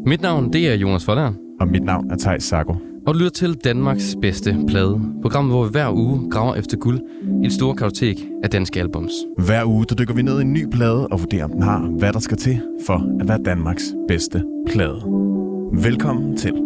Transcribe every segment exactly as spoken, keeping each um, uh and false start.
Mit navn, det er Jonas Forlager. Og mit navn er Theis Sago. Og du lytter til Danmarks bedste plade. Programmet, hvor vi hver uge graver efter guld i et stort kartotek af danske albums. Hver uge, der dykker vi ned i en ny plade og vurderer, om den har, hvad der skal til for at være Danmarks bedste plade. Velkommen til.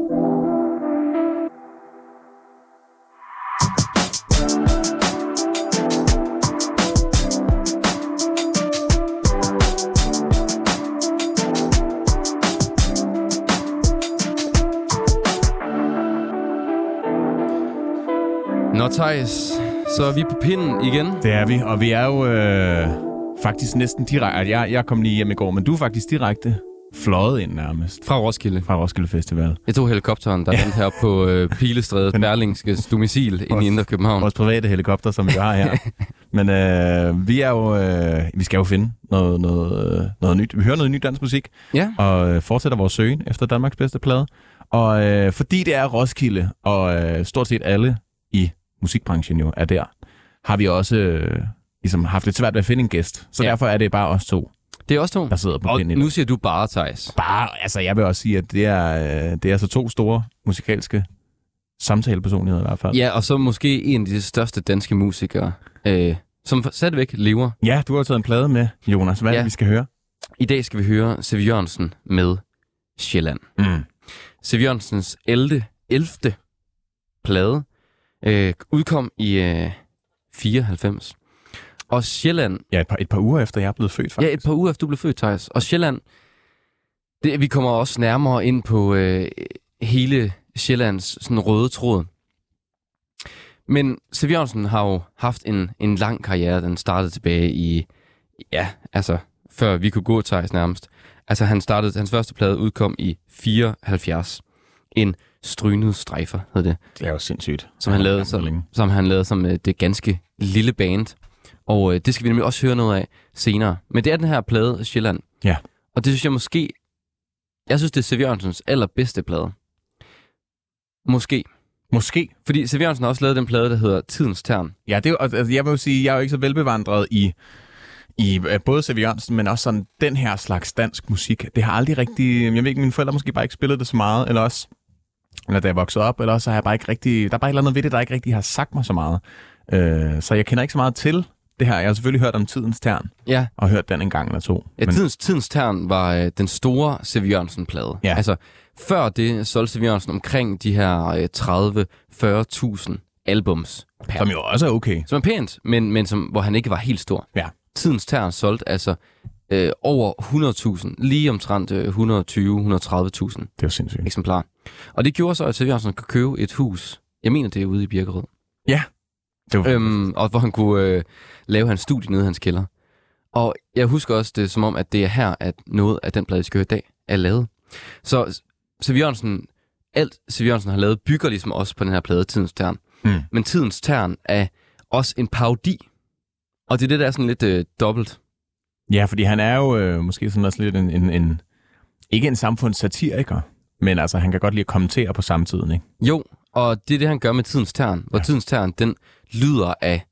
Nå, Theis, så er vi på pinden igen. Det er vi, og vi er jo øh, faktisk næsten direkte. Jeg, jeg kom lige hjem i går, men du er faktisk direkte fløjet ind nærmest. Fra Roskilde. Fra Roskilde Festival. Jeg tog helikopteren, der ja. Endte her på øh, Pilestrædet, Berlingskes domicil inde i Indre København. Vores private helikopter, som vi har her. Men øh, vi er jo, øh, vi skal jo finde noget, noget, noget nyt. Vi hører noget ny dansk musik, ja. Og øh, fortsætter vores søgen efter Danmarks bedste plade. Og øh, fordi det er Roskilde, og øh, stort set alle i musikbranchen jo er der, har vi også øh, ligesom haft lidt svært ved at finde en gæst. Så ja. Derfor er det bare os to. Det er os to. Der sidder på og pinden. Nu siger du bare, Theis. Bare, altså jeg vil også sige, at det er, øh, det er altså to store musikalske samtalepersonligheder i hvert fald. Ja, og så måske en af de største danske musikere, øh, som stadigvæk lever. Ja, du har taget en plade med, Jonas. Hvad ja. er det, vi skal høre? I dag skal vi høre Siv Jørgensen med Sjælland. Mm. Siv Jørgensens ellevte plade øh, udkom i øh, fireoghalvfems. Og Sjælland... Ja, et par, et par uger efter, jeg er blevet født, faktisk. Ja, et par uger efter, du blev født, Theis. Og Sjælland... Det, vi kommer også nærmere ind på øh, hele Sjællands sådan, røde tråd. Men Siv Jørgensen har jo haft en, en lang karriere. Den startede tilbage i... Ja, altså... Før vi kunne gå, Theis, nærmest. Altså, han startede... Hans første plade udkom i fireoghalvfjerds. En strynet strejfer, hed det. Det er jo sindssygt. Som han lavede som, som, han lavede som uh, det ganske lille band. Og uh, det skal vi nemlig også høre noget af senere. Men det er den her plade, Sjælland. Ja. Og det synes jeg måske... Jeg synes, det er Siv Jørgensens allerbedste plade. Måske. Måske. Fordi Siv Jørgensen har også lavet den plade, der hedder Tidens Tern. Ja, det er jo, altså, jeg vil jo sige, jeg er jo ikke så velbevandret i... i både Siv Jørgensen, men også sådan den her slags dansk musik. Det har aldrig rigtig... Jeg ved ikke, mine forældre måske bare ikke spillet det så meget, eller også... Eller da jeg voksede op, eller også har jeg bare ikke rigtig... Der er bare et eller andet ved det, der ikke rigtig har sagt mig så meget. Øh, så jeg kender ikke så meget til det her. Jeg har selvfølgelig hørt om Tidens Tern. Ja. Og hørt den en gang eller to. Ja, men... Tidens, Tidens Tern var øh, den store Siv Jørgensen-plade. Ja. Altså, før det solgte Siv Jørgensen omkring de her øh, tredive til fyrre tusind albums. Per. Som jo også er okay. Som er pænt, men, men som, hvor han ikke var helt stor. Ja. Tidens Tern solgte altså øh, over hundrede tusind, lige omtrent øh, et hundrede og tyve til et hundrede og tredive tusind det er sindssygt. eksemplarer. Og det gjorde så, at Siv Jørgensen kunne købe et hus. Jeg mener, det er ude i Birkerød. Ja. Det var... øhm, og hvor han kunne øh, lave hans studie nede i hans kælder. Og jeg husker også det som om, at det er her, at noget af den plade, vi skal høre i dag, er lavet. Så Siv Jørgensen, alt Siv Jørgensen har lavet, bygger ligesom også på den her plade, Tidens Tern. Mm. Men Tidens Tern er også en parodi. Og det er det, der er sådan lidt øh, dobbelt. Ja, fordi han er jo øh, måske sådan også lidt en, en, en... Ikke en samfundssatiriker, men altså, han kan godt lide at kommentere på samtiden, ikke? Jo, og det er det, han gør med Tidens Tern. Hvor ja. Tidens Tern, den lyder af...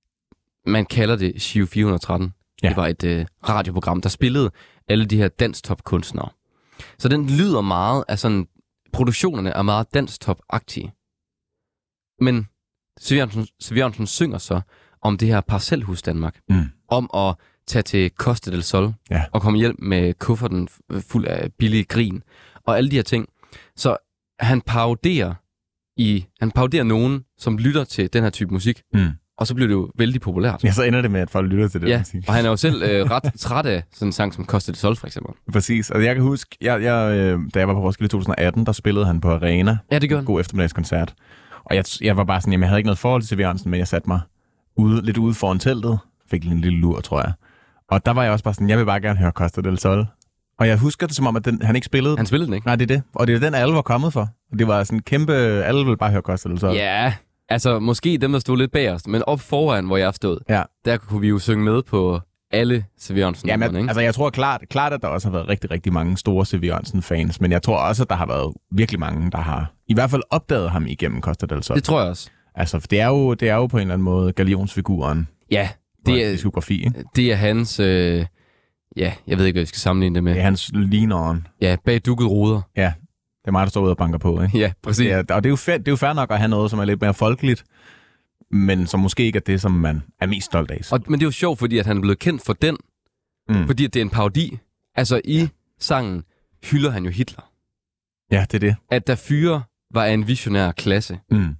Man kalder det Giro fire hundrede og tretten. Ja. Det var et øh, radioprogram, der spillede alle de her danstop-kunstnere. Så den lyder meget af sådan... Produktionerne er meget danstop-agtige. Men Siv Jørgensen, Siv Jørgensen synger så om det her parcelhus Danmark. Mm. Om at tage til Costa del Sol. Ja. Og komme hjem med kufferten fuld af billige grin. Og alle de her ting. Så han paroderer i han paroderer nogen, som lytter til den her type musik. Mm. Og så bliver det jo vældig populært. Ja, så ender det med, at folk lytter til det. Ja, og han er jo selv øh, ret træt af sådan en sang som Costa del Sol, for eksempel. Præcis. Og jeg kan huske, jeg, jeg, øh, da jeg var på Roskilde i to tusind og atten, der spillede han på Arena. Ja, det gjorde han. God eftermiddagskoncert. Og jeg, jeg var bare sådan, jamen jeg havde ikke noget forhold til Siv Jørgensen, men jeg satte mig ude, lidt ude foran teltet. Fik en lille lur, tror jeg. Og der var jeg også bare sådan, jeg vil bare gerne høre Costa del Sol. Og jeg husker det som om, at den, han ikke spillede. Han spillede den ikke? Nej, det er det. Og det er den, alle var kommet for. Og det var sådan kæmpe... Alle ville bare høre Costa del Sol. Ja, altså måske dem, der stod lidt bagerst. Men op foran, hvor jeg stod, ja. Der kunne vi jo synge med på alle Siv Jørgensen. Ja, men, altså jeg tror klart, klart, at der også har været rigtig, rigtig mange store Siv Jørgensen-fans. Men jeg tror også, at der har været virkelig mange, der har i hvert fald opdaget ham igennem Costa del Sol. Det tror jeg også. Altså, det er jo, det er jo på en eller anden måde gallionsfiguren. Ja, det er, diskografi, ikke? Det er hans... Øh, ja, jeg ved ikke, hvad jeg skal sammenligne det med. Det er hans lean-on. Ja, bag dukket ruder. Ja, det er mig, der står ude og banker på, ikke? Ja, præcis. Ja, og det er, jo fair, det er jo fair nok at have noget, som er lidt mere folkeligt, men som måske ikke er det, som man er mest stolt af. Og, men det er jo sjovt, fordi at han er blevet kendt for den, mm. fordi at det er en parodi. Altså i ja. sangen hylder han jo Hitler. Ja, det er det. At der fyre var af en visionær klasse. Mm.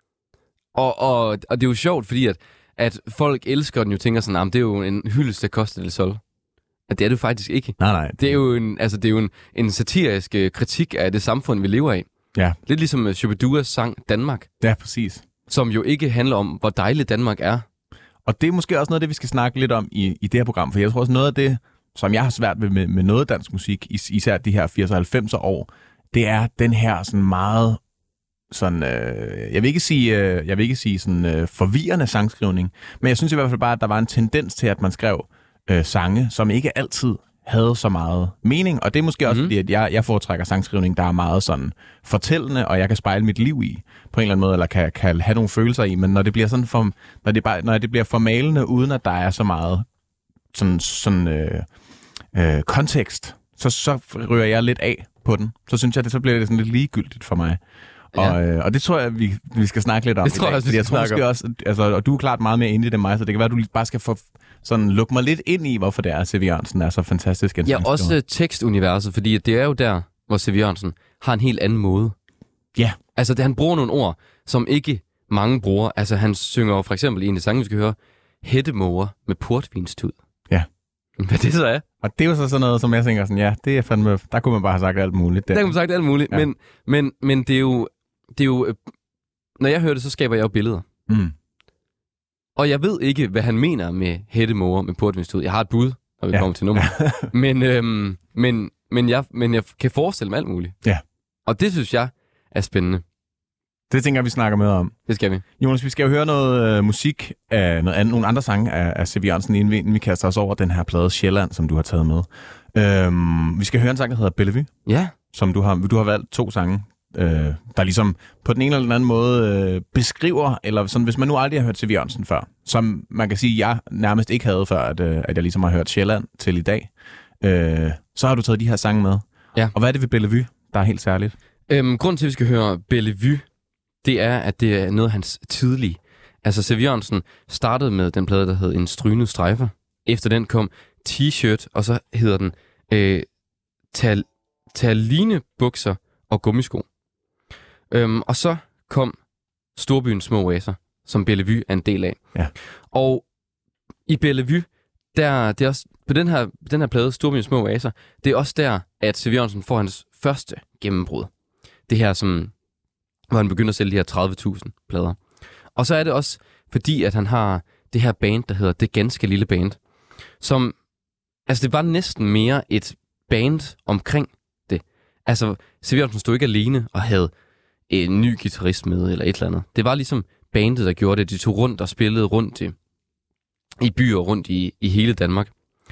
Og, og, og det er jo sjovt, fordi at, at folk elsker den jo, tænker sådan, at det er jo en hyldest, der koster det sol. At det er det jo faktisk ikke. Nej, nej. Det er jo en, altså, det er jo en, en satirisk kritik af det samfund, vi lever i. Ja. Lidt ligesom Shubiduas sang Danmark. Ja, præcis. Som jo ikke handler om, hvor dejligt Danmark er. Og det er måske også noget af det, vi skal snakke lidt om i, i det her program. For jeg tror også noget af det, som jeg har svært ved med, med noget dansk musik, is, især de her firs og halvfems år, det er den her sådan meget, sådan, øh, jeg vil ikke sige, øh, jeg vil ikke sige sådan øh, forvirrende sangskrivning, men jeg synes i hvert fald bare, at der var en tendens til, at man skrev øh, sange, som ikke altid havde så meget mening, og det er måske også mm-hmm. fordi, at jeg, jeg foretrækker sangskrivning, der er meget sådan fortællende, og jeg kan spejle mit liv i, på en eller anden måde, eller kan, kan have nogle følelser i, men når det bliver sådan for, når det, bare, når det bliver for malende, uden at der er så meget sådan, sådan øh, øh, kontekst, så, så ryger jeg lidt af på den. Så synes jeg, det så bliver det sådan lidt ligegyldigt for mig. Ja. Og, øh, og det tror jeg, vi, vi skal snakke lidt om. Det tror jeg også, vi jeg skal tror snakke om. også, altså, og du er klart meget mere inde i det end mig, så det kan være, at du bare skal få sådan lukke mig lidt ind i, hvorfor det er, at C V. Jørgensen er så fantastisk. Ja, også tekstuniverset, fordi det er jo der, hvor C V. Jørgensen har en helt anden måde. Ja. Altså, det, han bruger nogle ord, som ikke mange bruger. Altså, han synger for eksempel i en af sange, vi skal høre, hættemåger med portvinstud. Ja. Hvad det så er. Og det er jo så sådan noget, som jeg tænker sådan, ja, det er fandme, der kunne man bare have sagt alt muligt. Der, der kunne man have sagt alt muligt, ja. men, men, men det er jo, det er jo, når jeg hører det, så skaber jeg jo billeder. Mm. Og jeg ved ikke, hvad han mener med hættemåger med portvinstud. Jeg har et bud, når vi ja. kommer til nummer. men, øhm, men, men, jeg, men jeg kan forestille mig alt muligt. Ja. Og det synes jeg er spændende. Det tænker jeg, vi snakker med om. Det skal vi. Jonas, vi skal jo høre noget øh, musik af noget andet, nogle andre sange af, af C V. Jørgensen, inden vi kaster os over den her plade Sjælland, som du har taget med. Øhm, vi skal høre en sang, der hedder Bellevue. Ja. Som du har, du har valgt to sange, øh, der ligesom på den ene eller den anden måde øh, beskriver, eller sådan, hvis man nu aldrig har hørt C V. Jørgensen før, som man kan sige, jeg nærmest ikke havde før, at, øh, at jeg ligesom har hørt Sjælland til i dag, øh, så har du taget de her sange med. Ja. Og hvad er det ved Bellevue, der er helt særligt? Øhm, grunden til, at vi skal høre Bellevue, det er, at det er noget af hans tidlige. Altså, C V. Jørgensen startede med den plade, der hed En strynet strejfer. Efter den kom T-shirt, og så hedder den øh, tal, Talinebukser og gummisko. Øhm, og så kom Storbyens små oaser, som Bellevue er en del af. Ja. Og i Bellevue, der, det er også, på den her, den her plade, Storbyens små oaser, det er også der, at C V. Jørgensen får hans første gennembrud. Det her, som, hvor han begynder at sælge de her tredive tusind plader. Og så er det også, fordi at han har det her band, der hedder Det Ganske Lille Band, som, altså det var næsten mere et band omkring det. Altså, C V. Jørgensen stod ikke alene og havde en ny guitarist med, eller et eller andet. Det var ligesom bandet, der gjorde det. De tog rundt og spillede rundt i, i byer rundt i, i hele Danmark.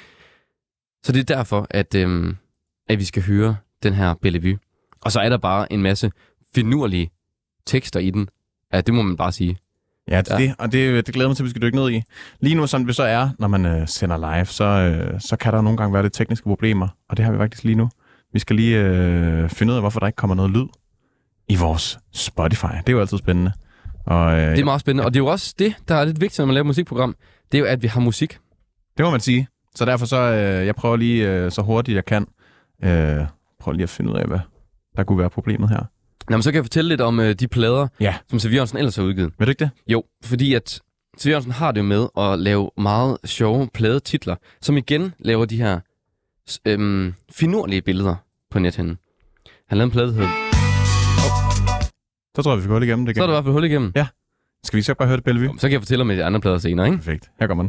Så det er derfor, at, øhm, at vi skal høre den her Bellevue. Og så er der bare en masse finurlige tekster i den. Ja, det må man bare sige. Ja, det, ja. det og det, det glæder mig til, at vi skal dykke ned i. Lige nu, som det så er, når man øh, sender live, så, øh, så kan der nogle gange være lidt tekniske problemer. Og det har vi faktisk lige nu. Vi skal lige øh, finde ud af, hvorfor der ikke kommer noget lyd i vores Spotify. Det er jo altid spændende. Og, øh, det er meget spændende, og det er jo også det, der er lidt vigtigt, når man laver et musikprogram. Det er jo, at vi har musik. Det må man sige. Så derfor så, øh, jeg prøver lige øh, så hurtigt jeg kan, øh, prøve lige at finde ud af, hvad der kunne være problemet her. Nå, men så kan jeg fortælle lidt om øh, de plader, ja. som C V. Jørgensen ellers har udgivet. Ved du ikke det? Jo, fordi at C V. Jørgensen har det jo med at lave meget sjove pladetitler, som igen laver de her øhm, finurlige billeder på nethinden. Han lavede en plade, der hedder... Oh. Så tror jeg, vi får hul igennem det. Så er der i hvert fald hul igennem. Ja. Skal vi så bare høre det, Bellevue? Så kan jeg fortælle om de andre plader senere, ikke? Perfekt. Her kommer den.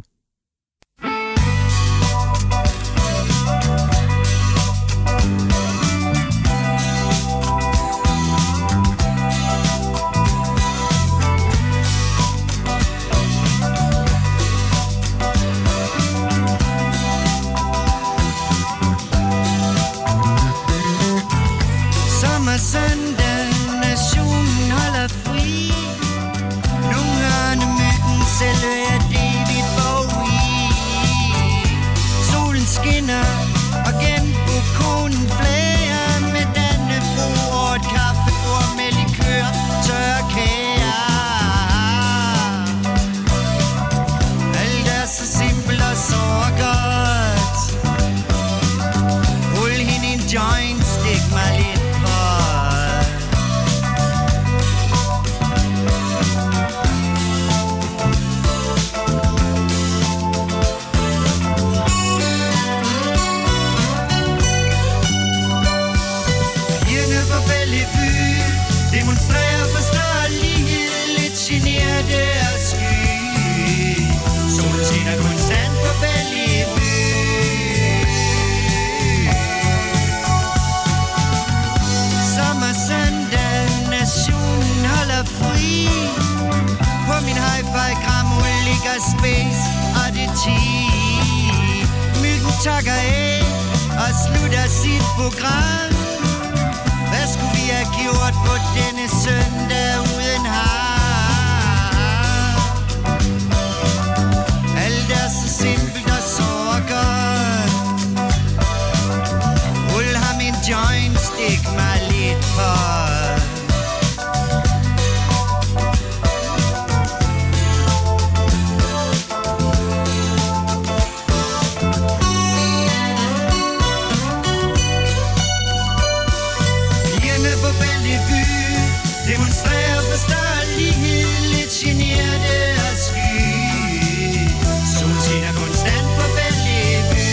Søndag, nationen holder fri. Lungerne myten, selv er David Bowie. af sit program. Hvad skulle vi have gjort på denne søndag uden ham? Alt er så simpelt og så godt. Rul ham en joint, stik mig lidt på. Demonstrerer for større lighed, lidt generte og sky. Solen skinner konstant på Bellevue.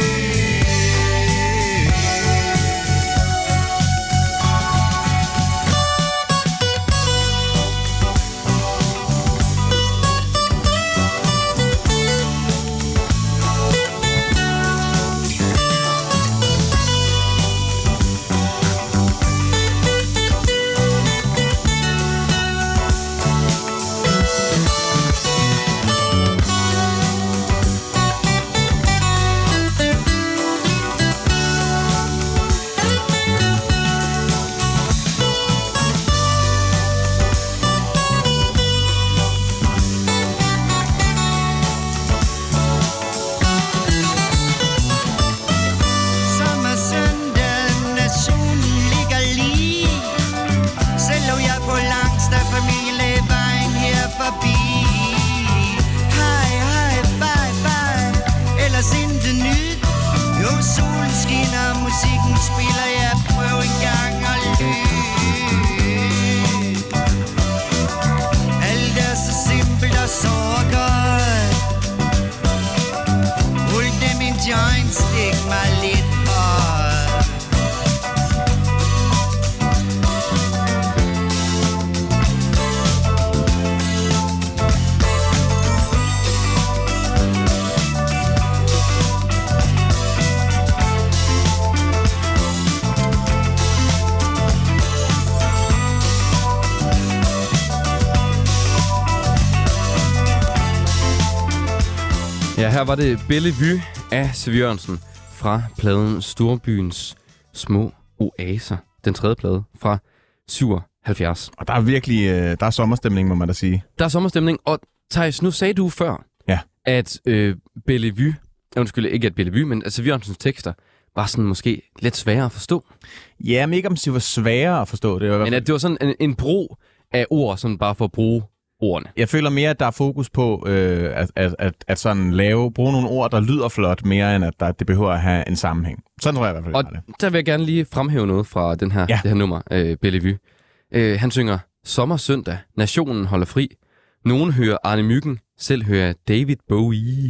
Ja, her var det Bellevue af C V. Jørgensen fra pladen Storbyens Små Oaser. Den tredje plade fra syvoghalvfjerds. Og der er virkelig øh, der er sommerstemning, må man da sige. Der er sommerstemning, og Theis, nu sagde du før, ja. at øh, Bellevue, undskyld, ikke at Bellevue, men at C V. Jørgensens tekster var sådan måske lidt sværere at forstå. Ja, men ikke om det var sværere at forstå. Det var men at det var sådan en, en brug af ord, sådan bare for at bruge ordene. Jeg føler mere, at der er fokus på øh, at, at, at, at sådan lave, bruge nogle ord, der lyder flot, mere end at der, det behøver at have en sammenhæng. Sådan tror jeg i hvert fald, og det. Der vil jeg gerne lige fremhæve noget fra den her, ja. det her nummer, øh, Bellevue. Øh, han synger Sommersøndag, nationen holder fri. Nogen hører Arne Myggen, selv hører David Bowie.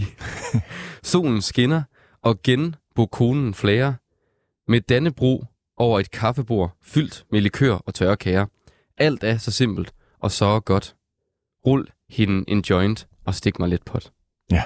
Solen skinner, og genbokonen flærer. Med Dannebro over et kaffebord, fyldt med likør og tørre kager. Alt er så simpelt og så godt. Rul hende en joint og stik mig lidt pot. Ja.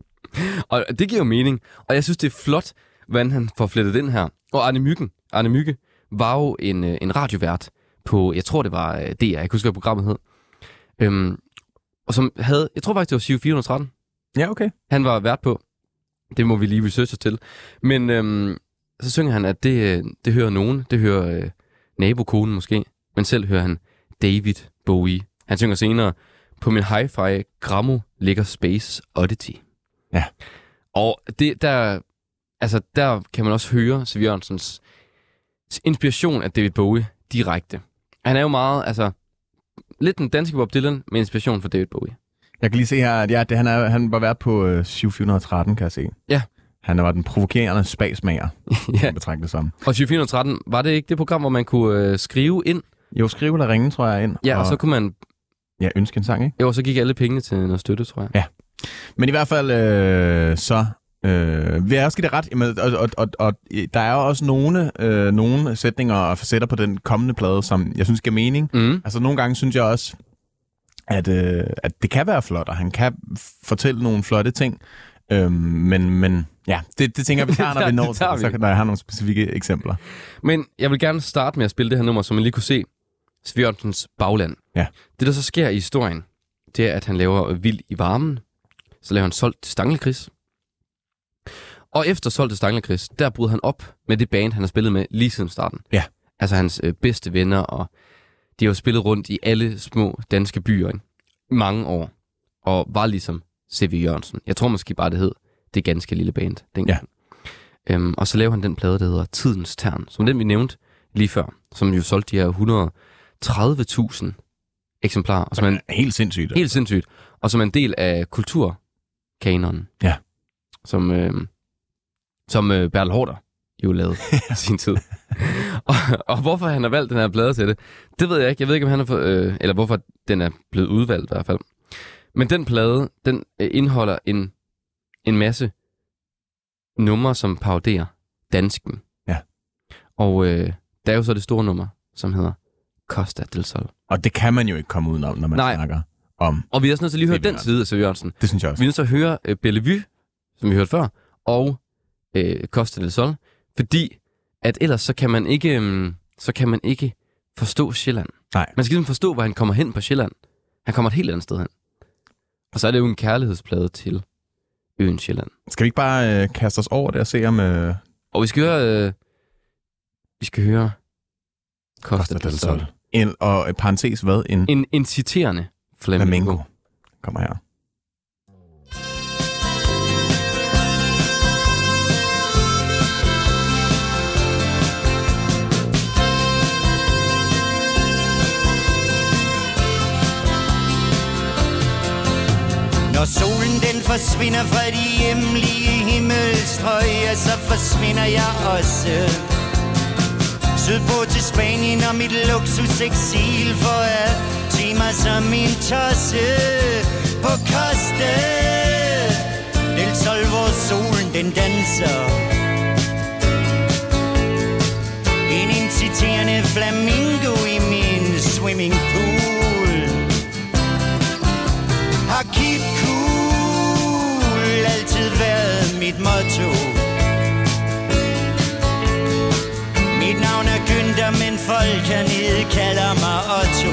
Og det giver jo mening. Og jeg synes, det er flot, hvordan han får flettet den her. Og Arne Myggen, Arne Mygge var jo en, en radiovært på, jeg tror det var D R, jeg kan huske, hvad programmet hed. Øhm, og som havde, jeg tror faktisk, det var Giro fire hundrede og tretten. Ja, okay. Han var vært på. Det må vi lige researche til. Men øhm, så synger han, at det, det hører nogen. Det hører øh, nabokonen måske. Men selv hører han David Bowie. Han synger senere, på min hi-fi Grammo ligger Space Oddity. Ja. Og det der, altså der kan man også høre C V. Jørgensens inspiration af David Bowie direkte. Han er jo meget, altså lidt den danske Bob Dylan med inspiration fra David Bowie. Jeg kan lige se her, at ja, det, han, er, han var vært på øh, Giro fire hundrede og tretten, kan jeg se. Ja. Han var den provokerende spasmager, ja. betragtet som. Og Giro fire hundrede og tretten, var det ikke det program, hvor man kunne øh, skrive ind? Jo, skrive eller ringe, tror jeg, ind. Ja, og, og så kunne man... Ja, ønske en sang, ikke? Jo, så gik alle pengene til noget støtte, tror jeg. Ja. Men i hvert fald, øh, så... Øh, vil jeg også give det ret. Jamen, og, og, og, og der er jo også nogle, øh, nogle sætninger og facetter på den kommende plade, som jeg synes giver mening. Mm. Altså, nogle gange synes jeg også, at, øh, at det kan være flot, og han kan fortælle nogle flotte ting. Øh, men, men ja, det, det tænker jeg, vi tager, når vi når til, så kan der have nogle specifikke eksempler. Men jeg vil gerne starte med at spille det her nummer, så man lige kunne se C V. Jørgensens bagland. Ja. Det, der så sker i historien, det er, at han laver Vild i varmen. Så laver han Solgt til Stangelkris. Og efter Sol til Stanglekris, der brød han op med det band, han har spillet med lige siden starten. Ja. Altså hans øh, bedste venner, og de har jo spillet rundt i alle små danske byer, ikke? I mange år. Og var ligesom C V Jørgensen. Jeg tror måske bare, det hed Det Ganske Lille Band dengang. Ja. Øhm, og så lavede han den plade, der hedder Tidens Tern, som den vi nævnte lige før, som jo solgte de her et hundrede og tredive tusind eksemplarer. Og som er en, helt sindssygt. Helt sindssygt. Og som er en del af kulturkanonen. Ja. Som, øh, som øh, Bertel Haarder jo lavede i sin tid. og, og hvorfor han har valgt den her plade til det, det ved jeg ikke. Jeg ved ikke, om han har fået, øh, eller hvorfor den er blevet udvalgt i hvert fald. Men den plade, den øh, indeholder en, en masse numre, som paroderer dansken. Ja. Og øh, der er jo så det store nummer, som hedder Costa del Sol. Og det kan man jo ikke komme udenom, når man Nej. snakker om... Og vi er også nødt til lige at høre den side af C V Jørgensen. Det synes jeg også. Vi er nødt til at høre øh, Bellevue, som vi hørte før, og øh, Costa del Sol, fordi at ellers så kan man ikke, øh, så kan man ikke forstå Sjælland. Nej. Man skal ligesom forstå, hvor han kommer hen på Sjælland. Han kommer et helt andet sted hen. Og så er det jo en kærlighedsplade til øen Sjælland. Skal vi ikke bare øh, kaste os over det og se om... Øh... Og vi skal høre... Øh, vi skal høre Costa, Costa del Sol. En, og parentes hvad? En, en, en citerende flamenco. flamenco. Kommer her. Når solen den forsvinder fra de hjemlige himmelstrøg, så forsvinder jeg også sydpå til Spanien og mit luksuseksil for at tage mig som en tosse på Costa del Sol, hvor solen den danser. En inciterende flamingo i min swimmingpool. Har keep cool altid været mit motto. Mit navn er Günther, men folk hernede kalder mig Otto.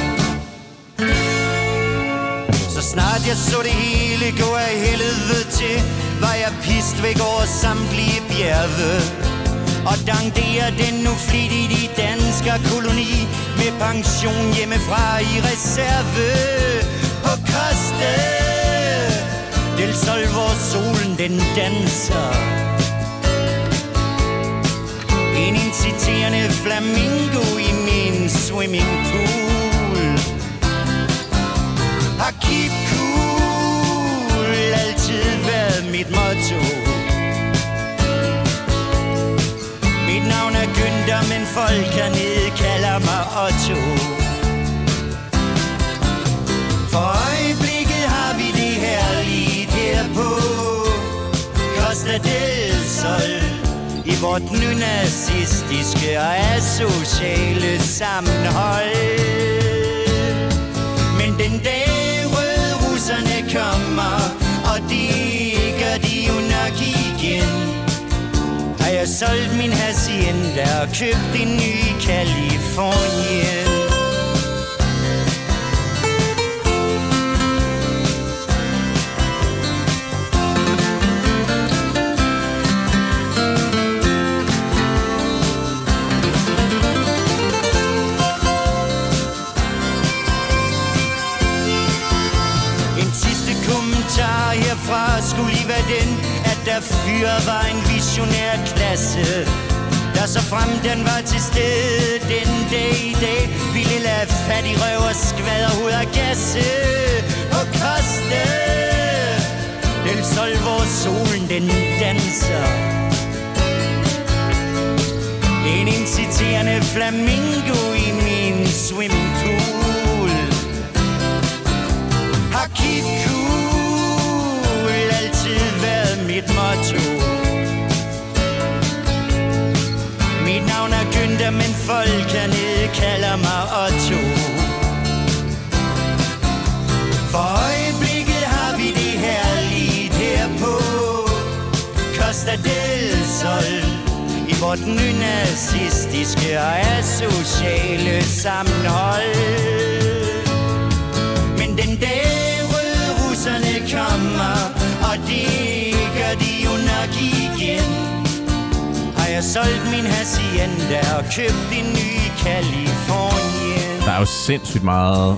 Så snart jeg så det hele gå af helvede til, var jeg pist væk over samtlige bjerge. Og dankderer den nu flittigt i dansker koloni, med pension hjemmefra i reserve. På Costa del Sol, hvor solen den danser. En inciterende flamingo i min swimmingpool. Har keep cool altid været mit motto. Mit navn er Günther, men folk hernede kalder mig Otto. For øjeblikket har vi det herligt her på Costa del Sol, i vort nynazistiske og asociale sammenhold. Men den dag røde russerne kommer, og det gør de jo nok igen, har jeg solgt min hacienda og købt en ny i Californien. Herfra skulle lige være den, at der fyre var en visionær klasse, der så frem den var til stede den dag i dag, ville lade fattig røv og skvaderhoved og gasse på Costa del Sol, hvor solen den danser. En inciterende flamingo i min swimmingpool. Har keep cool altid været mit motto. Mit navn er Günther, men folk hernede kalder mig Otto. For øjeblikket har vi det herligt her på Costa del Sol, i vort nynazistiske og asociale sammenhold. Men den dag røde russerne kommer, og det gør de jo nok igen, solgt min hacienda og købt en ny i Californien. Der er jo sindssygt meget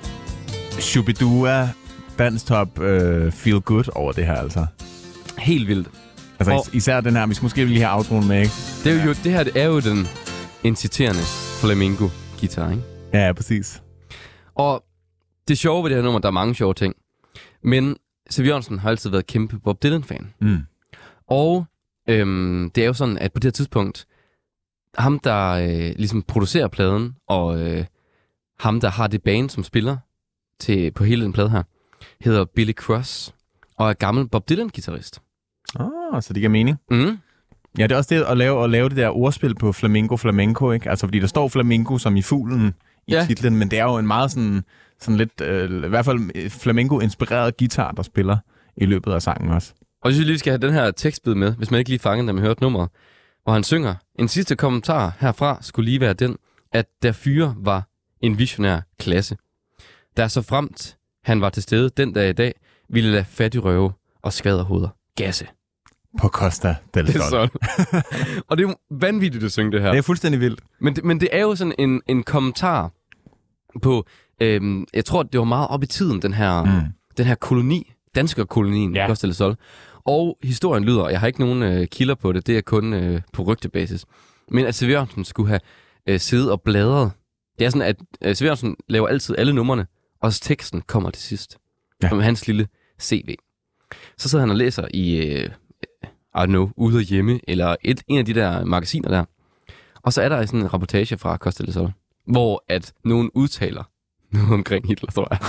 Shubidua, Danstop, uh, Feel Good over det her, altså. Helt vildt. Altså og is- især den her, vi skal måske lige have outroen med, ikke? Det, er jo, det her det er jo den inciterende flamenco-guitar, ikke? Ja, præcis. Og det sjove ved det her nummer, der er mange sjove ting. Men Siv Jørgensen har altid været kæmpe Bob Dylan-fan. Mm. Og øhm, det er jo sådan, at på det her tidspunkt, ham der øh, ligesom producerer pladen, og øh, ham der har det band, som spiller til, på hele den plade her, hedder Billy Cross, og er gammel Bob Dylan-guitarist. Oh, så det giver mening. Mm. Ja, det er også det at lave, at lave det der ordspil på flamingo, flamenco, ikke? Altså, fordi der står flamingo som i fuglen i Ja. titlen, men det er jo en meget sådan, sådan lidt, øh, i hvert fald flamenco-inspireret guitar, der spiller i løbet af sangen også. Og jeg synes lige, vi skal have den her tekstbid med, hvis man ikke lige fanger, da man hørte nummeret, hvor han synger: en sidste kommentar herfra skulle lige være den, at der fyre var en visionær klasse. Der så fremt han var til stede den dag i dag, ville lade fattigrøve og skvaderhoveder gasse. På Costa del Det er Sol. sådan. Og det er jo vanvittigt at synge det her. Det er fuldstændig vildt. Men det, men det er jo sådan en, en kommentar på, øhm, jeg tror, det var meget op i tiden, den her, mm. den her koloni, danskerkolonien, Ja. ja. Costa del Sol. Og historien lyder, og jeg har ikke nogen øh, kilder på det, det er kun øh, på rygtebasis, men at Siv Jørgensen skulle have øh, siddet og bladret. Det er sådan, at øh, Siv Jørgensen laver altid alle numrene, og så teksten kommer til sidst. Ja. Som hans lille C V. Så sidder han og læser i, øh, I don't know, Ude og Hjemme, eller et, en af de der magasiner der. Og så er der sådan en rapportage fra Costa del Sol, hvor at nogen udtaler noget omkring Hitler, tror jeg.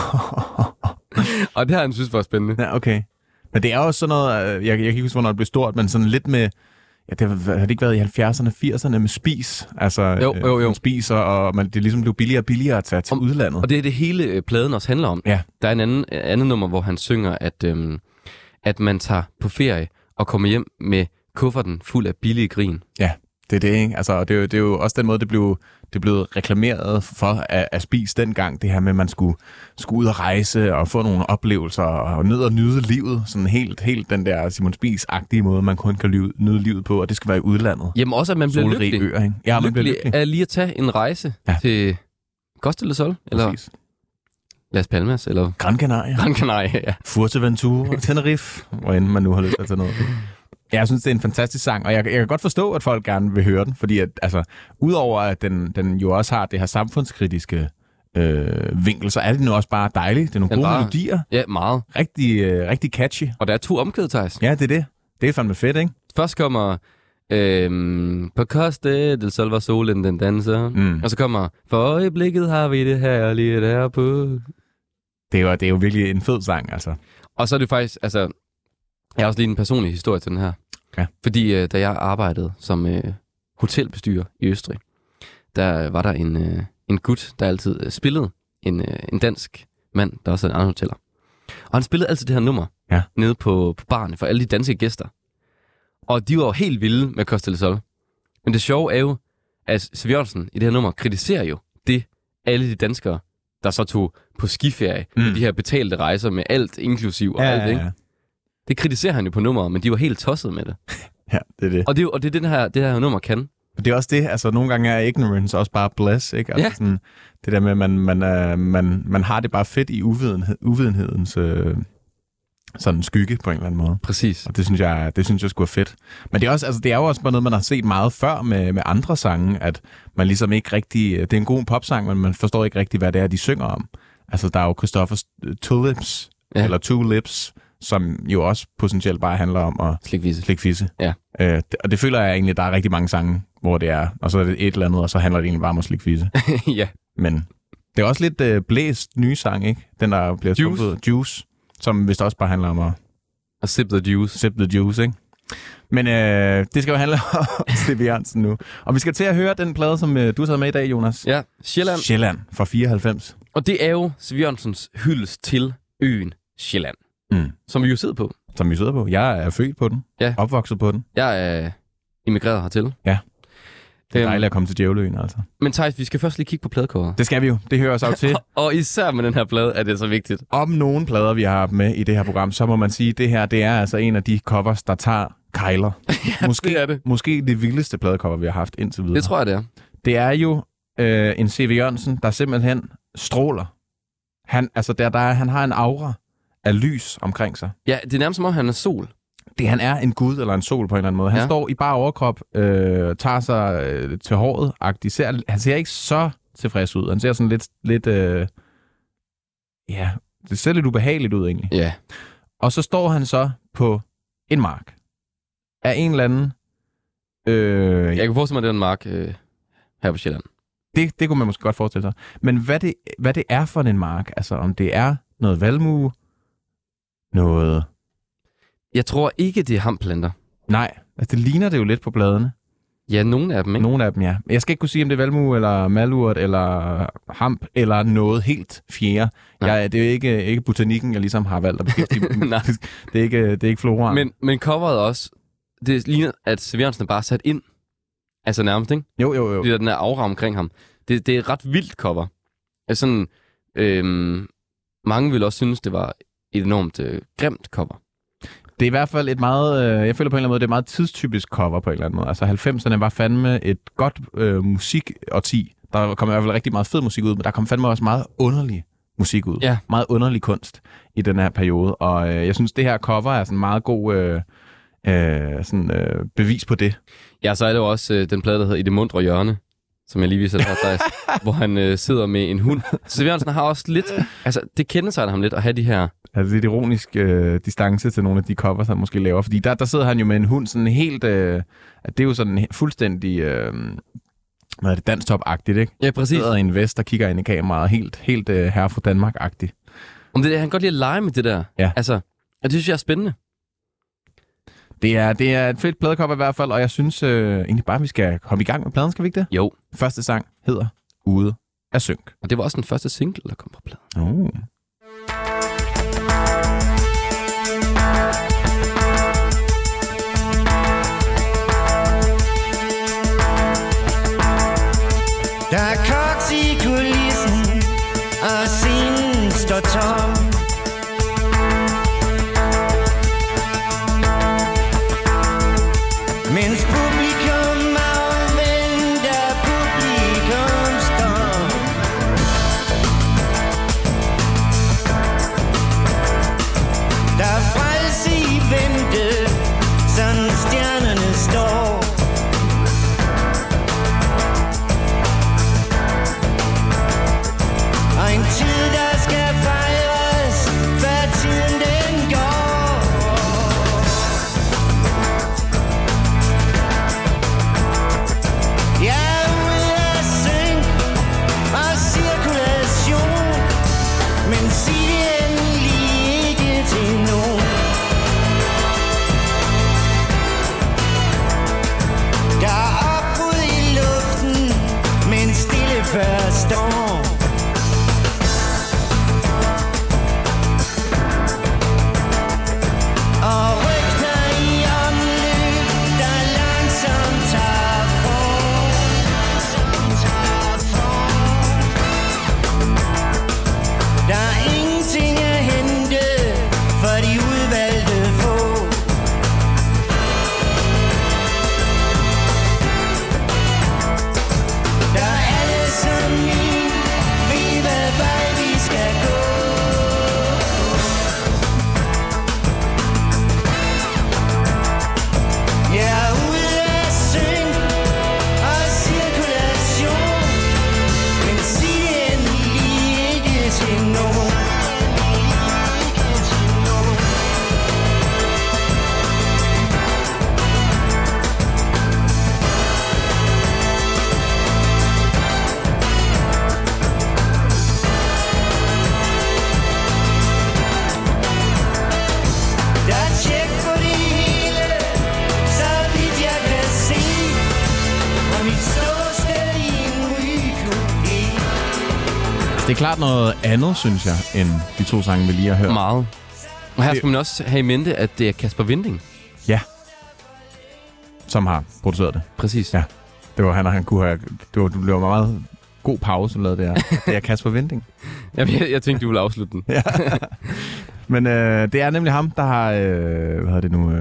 Og det har han synes var spændende. Ja, okay. Men det er jo sådan noget, øh, jeg, jeg kan ikke huske, hvornår det blev stort, men sådan lidt med, ja, det har, har det ikke været i halvfjerdserne, firserne med spis? Altså, Jo, jo, jo. Man spiser, og man, det ligesom blev billigere og billigere at tage til Om- udlandet. Og det er det hele øh, pladen også handler om. Ja. Der er en anden, øh, andet nummer, hvor han synger, at, øhm, at man tager på ferie og kommer hjem med kufferten fuld af billige grin. Ja, det er det, ikke? Altså, og det er, jo, det er jo også den måde, det blev, det blev reklameret for at, at spise dengang. Det her med, at man skulle, skulle ud og rejse og få nogle oplevelser og ned og nyde livet. Sådan helt, helt den der Simon Spies-agtige måde, man kun kan liv, nyde livet på, og det skal være i udlandet. Jamen også, at man bliver Solrige lykkelig. øer, ikke? Ja, man bliver lykkelig lykkelig. er lige at tage en rejse Ja. ja. til Costa del Sol, eller Præcis. Las Palmas, eller Gran Canaria, Gran Canaria, ja. Fuerteventura, Tenerife, hvor end man nu har lyst til at tage noget. Jeg synes, det er en fantastisk sang, og jeg, jeg kan godt forstå, at folk gerne vil høre den, fordi at, altså, udover at den, den jo også har det her samfundskritiske øh, vinkel, så er det nu også bare dejligt. Det er nogle Den gode bare- melodier. Ja, meget. Rigtig, øh, rigtig catchy. Og der er to omkvæd, Thijs. Ja, det er det. Det er fandme fedt, ikke? Først kommer øhm, på Costa del Sol var solen den danser. Mm. Og så kommer, for øjeblikket har vi det her lige der på. Det er, jo, det er jo virkelig en fed sang, altså. Og så er det faktisk, altså, jeg har også lige en personlig historie til den her. Ja. Fordi øh, da jeg arbejdede som øh, hotelbestyrer i Østrig, der var der en, øh, en gut, der altid øh, spillede, en, øh, en dansk mand, der også havde andre hoteller. Og han spillede altid det her nummer Ja. nede på, på barne for alle de danske gæster. Og de var jo helt vilde med Costa del Sol. Men det sjove er jo, at Siv Jørgensen i det her nummer kritiserer jo det, alle de danskere, der så tog på skiferie, Mm. mm. de her betalte rejser med alt inklusiv og alt, ikke? Det kritiserer han jo på nummeret, men de var helt tosset med det. ja, det er det. Og det, er jo- og det er den her, det her nummer kan. Det er også det, altså nogle gange er ignorance også bare bliss, ikke? Altså Ja. sådan, det der med, at man, man, øh, man, man har det bare fedt i uvidenhed, uvidenhedens øh, sådan skygge på en eller anden måde. Præcis. Og det synes jeg, det synes jeg sgu er fedt. Men det er, også, altså, det er jo også bare noget, man har set meget før med, med andre sange, at man ligesom ikke rigtig... Det er en god popsang, men man forstår ikke rigtig, hvad det er, de synger om. Altså, der er jo Christoffers Tulips, ja. Ja. eller Two Lips, som jo også potentielt bare handler om at Slikvise. slikke fisse. Ja. Øh, det, og det føler jeg egentlig, der er rigtig mange sange, hvor det er, og så er det et eller andet, og så handler det egentlig bare om at slikke fisse. ja. Men det er også lidt øh, blæst nye sang, ikke? Den, der bliver Juice. skubbet. Juice, som vist også bare handler om at Og sip the juice. sip the juice, ikke? Men øh, det skal jo handle om Siv Jørgensen nu. Og vi skal til at høre den plade, som øh, du har taget med i dag, Jonas. Ja, Sjælland. Sjælland fra fireoghalvfems. Og det er jo Siv Jørgensens hyldest til øen Sjælland, Mm. som vi jo sidder på. Som vi sidder på. Jeg er født på den. Ja. Opvokset på den. Jeg er immigreret hertil. Ja. Det er Øhm, dejligt at komme til Djævleøen, altså. Men Thijs, vi skal først lige kigge på pladecoveret. Det skal vi jo. Det hører os af til. Og især med den her plade er det så vigtigt. Om nogle plader, vi har haft med i det her program, så må man sige, at det her det er altså en af de covers, der tager Kejler. Ja, måske, det er det. Måske det vildeste pladecover, vi har haft indtil videre. Det tror jeg, det er. Det er jo øh, en C V. Jørgensen, der simpelthen stråler. Han, altså der, der er, han har en aura af lys omkring sig. Ja, det er nærmest som om, han er sol. Det, han er en gud eller en sol på en eller anden måde. Han Ja. står i bare overkrop, øh, tager sig øh, til håret-agtigt. Ser, han ser ikke så tilfreds ud. Han ser sådan lidt... lidt øh, ja, det ser lidt ubehageligt ud egentlig. Ja. Og så står han så på en mark af en eller anden... Øh, Jeg kan forestille mig, det er en mark øh, her på Sjælland. det, det kunne man måske godt forestille sig. Men hvad det, hvad det er for en mark, altså om det er noget valmue, noget... Jeg tror ikke, det er hamplanter. Nej, altså det ligner det jo lidt på bladene. Ja, nogle af dem, ikke? Nogle af dem, ja. Jeg skal ikke kunne sige, om det er valmue, eller malurt, eller hamp, eller noget helt fjerde. Jeg, det er ikke, ikke botanikken, jeg ligesom har valgt at beskæftige. Nej. Det er ikke, det er ikke flora. Men, men coveret også, det ligner, at C V. Jørgensen er bare sat ind. Altså nærmest, ikke? Jo, jo, jo. Det der, den her aura omkring ham. Det, det er et ret vildt cover. Altså sådan, øhm, mange vil også synes, det var et enormt øh, grimt cover. Det er i hvert fald et meget, øh, jeg føler på en eller anden måde, det er et meget tidstypisk cover på en eller anden måde. Altså halvfemserne var fandme et godt øh, musikårti. Der kom i hvert fald rigtig meget fed musik ud, men der kom fandme også meget underlig musik ud. Ja. Meget underlig kunst i den her periode. Og øh, jeg synes, det her cover er sådan meget god øh, øh, sådan, øh, bevis på det. Ja, så er det jo også øh, den plade, der hedder I det mundre hjørne, som jeg lige viser dig her, Thijs, hvor han øh, sidder med en hund. Så C V. Jørgensen har også lidt, altså det kendetegner ham lidt at have de her... Altså lidt ironisk øh, distance til nogle af de covers, han måske laver. Fordi der, der sidder han jo med en hund sådan helt... Øh, at det er jo sådan fuldstændig... Øh, hvad er det? Danstop-agtigt, ikke? Ja, præcis. Sidder i en vest og kigger ind i kameraet. Helt, helt øh, herre fra Danmark-agtigt. Om det der, han kan godt lide at lege med det der. Ja. Altså, og det synes jeg er spændende. Det er, det er et fedt pladecover i hvert fald, og jeg synes øh, egentlig bare, vi skal komme i gang med pladen, skal vi ikke det? Jo. Første sang hedder Ude af synk. Og det var også den første single, der kom fra pladen. Oh. Der er koks i kulissen, og scenen står tom. Mens publikum afventer publikumsdom. Der er frelse i vente, sådan stjernerne står. Og en tid, der skal fejres, før tiden den går. Jeg er ude af synk og cirkulation, men sig det endelig ikke til nogen. Der er opbrud i luften, men stille før storm. Og rygter i omløb, der langsomt tager form. Der er ingenting at hente for de udvalgte få. Der er alle som I ved, hvad vej vi skal gå. Jeg er ude af synk og cirkulation, men sig det endelig ikke til nogen. Der er tjek på det hele, så vidt jeg kan se, og mit ståsted i en rygekupé. Det er klart noget andet, synes jeg, end de to sange, vi lige har hørt. Meget. Og her skal man også have i mente, at det er Kasper Winding. Ja. Som har produceret det. Præcis. Ja. Det var han, og han kunne have... Det var, du lavede meget god pause, du lavede det her. Det er Kasper Winding. Jamen, jeg, jeg tænkte, du ville afslutte den. Ja. Men øh, det er nemlig ham, der har... Øh, hvad hedder det nu? Øh,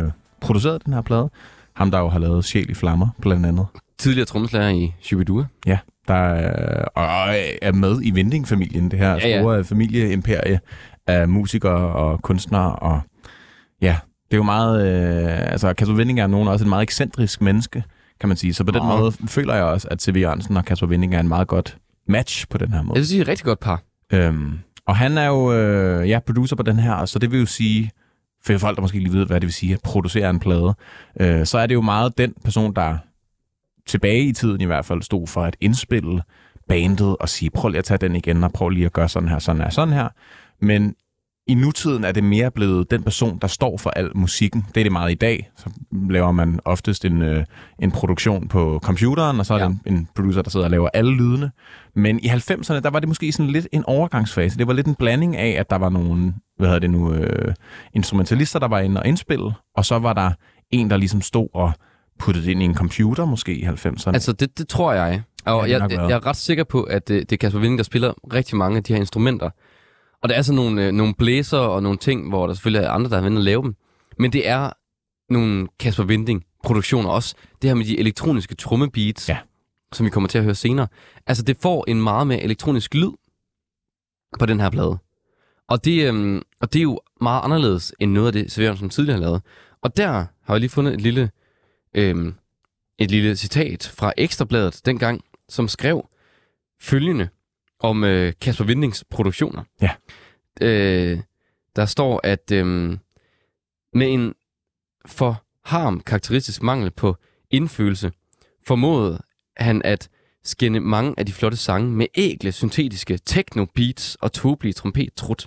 produceret den her plade. Ham, der jo har lavet Sjæl i Flammer, blandt andet. Tidligere trommeslager i Shubidua. Ja, der er, og er med i Vinding-familien, det her ja, ja. store familieimperie af musikere og kunstnere. Og ja, det er jo meget... Øh, altså, Kasper Winding er nogen også et meget ekscentrisk menneske, kan man sige. Så på den oh. måde føler jeg også, at C V. Jørgensen og Kasper Winding er en meget godt match på den her måde. Jeg vil sige, et rigtig godt par. Øhm, og han er jo øh, ja, producer på den her, så det vil jo sige... For folk, der måske lige ved, hvad det vil sige at producere en plade, øh, så er det jo meget den person, der tilbage i tiden i hvert fald stod for at indspille bandet og sige, prøv lige at tage den igen og prøv lige at gøre sådan her, sådan her, sådan her. Men i nutiden er det mere blevet den person, der står for al musikken. Det er det meget i dag. Så laver man oftest en, øh, en produktion på computeren, og så er ja. det en, en producer, der sidder og laver alle lydene. Men i halvfemserne, der var det måske sådan lidt en overgangsfase. Det var lidt en blanding af, at der var nogle, hvad hedder det nu, øh, instrumentalister, der var inde og indspille, og så var der en, der ligesom stod og puttede ind i en computer, måske i halvfemserne. Altså, det, det tror jeg. Og ja, jeg, jeg, jeg er ret sikker på, at det, det er Kasper Winding, der spiller rigtig mange af de her instrumenter. Og der er sådan nogle, øh, nogle blæser og nogle ting, hvor der selvfølgelig er andre, der har vendt at lave dem. Men det er nogle Kasper Winding-produktioner også. Det her med de elektroniske trommebeats, ja. som vi kommer til at høre senere. Altså, det får en meget mere elektronisk lyd på den her plade. Og det, øh, og det er jo meget anderledes end noget af det, C V. Jørgensen tidligere har lavet. Og der har jeg lige fundet et lille, øh, et lille citat fra Ekstrabladet dengang, som skrev følgende om øh, Kasper Windings produktioner. Ja. Øh, der står, at øh, med en for Harm karakteristisk mangel på indfølelse, formåede han at skænde mange af de flotte sange med ægle, syntetiske techno-beats og tåbelige trompet-trut.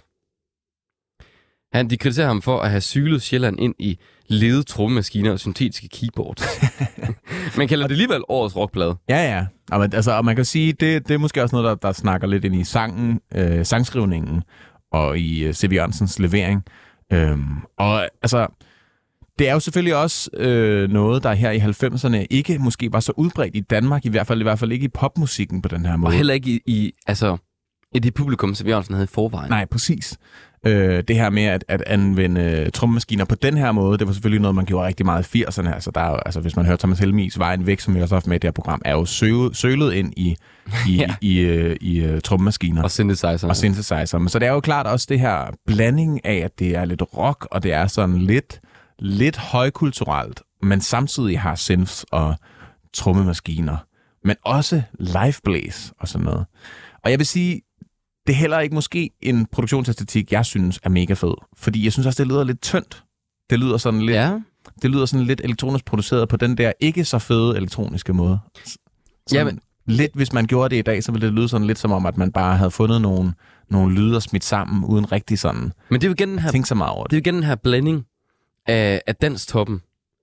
Han, de kritiserer ham for at have sylet Sjælland ind i ledede trommemaskiner og syntetiske keyboards. Man kalder det alligevel årets rockplade. Ja, ja. Og man, altså, og man kan sige, det, det er måske også noget, der, der snakker lidt ind i sangen, øh, sangskrivningen og i øh, C V. Jørgensens levering. Øhm, og altså, det er jo selvfølgelig også øh, noget, der her i halvfemserne ikke måske var så udbredt i Danmark, i hvert fald i hvert fald ikke i popmusikken på den her måde. Og heller ikke i, i altså, i det publikum, C V. Jørgensen havde i forvejen. Nej, præcis. Øh, det her med at, at anvende trommemaskiner på den her måde, det var selvfølgelig noget, man gjorde rigtig meget i firserne. Altså, der er jo, altså hvis man hører Thomas Helmigs Vejen Væk, som vi også har haft med i det her program, er jo sø- sølet ind i, i, ja. i, i, i, i trommemaskiner. Og synthesizer. Og synthesizer. Men så det er jo klart også det her blanding af, at det er lidt rock, og det er sådan lidt, lidt højkulturelt, men samtidig har synths og trommemaskiner, men også liveblæs og sådan noget. Og jeg vil sige, det er heller ikke måske en produktionsæstetik, jeg synes er mega fed. Fordi jeg synes også, det lyder lidt tyndt. Det lyder sådan lidt, ja. det lyder sådan lidt elektronisk produceret på den der ikke så fede elektroniske måde. Ja, men... Lidt, hvis man gjorde det i dag, så ville det lyde sådan lidt som om, at man bare havde fundet nogle, nogle lyder smidt sammen, uden rigtig sådan men det er jo igen den her, tænke så meget over det. Det er jo igen den her blanding af, af danstoppen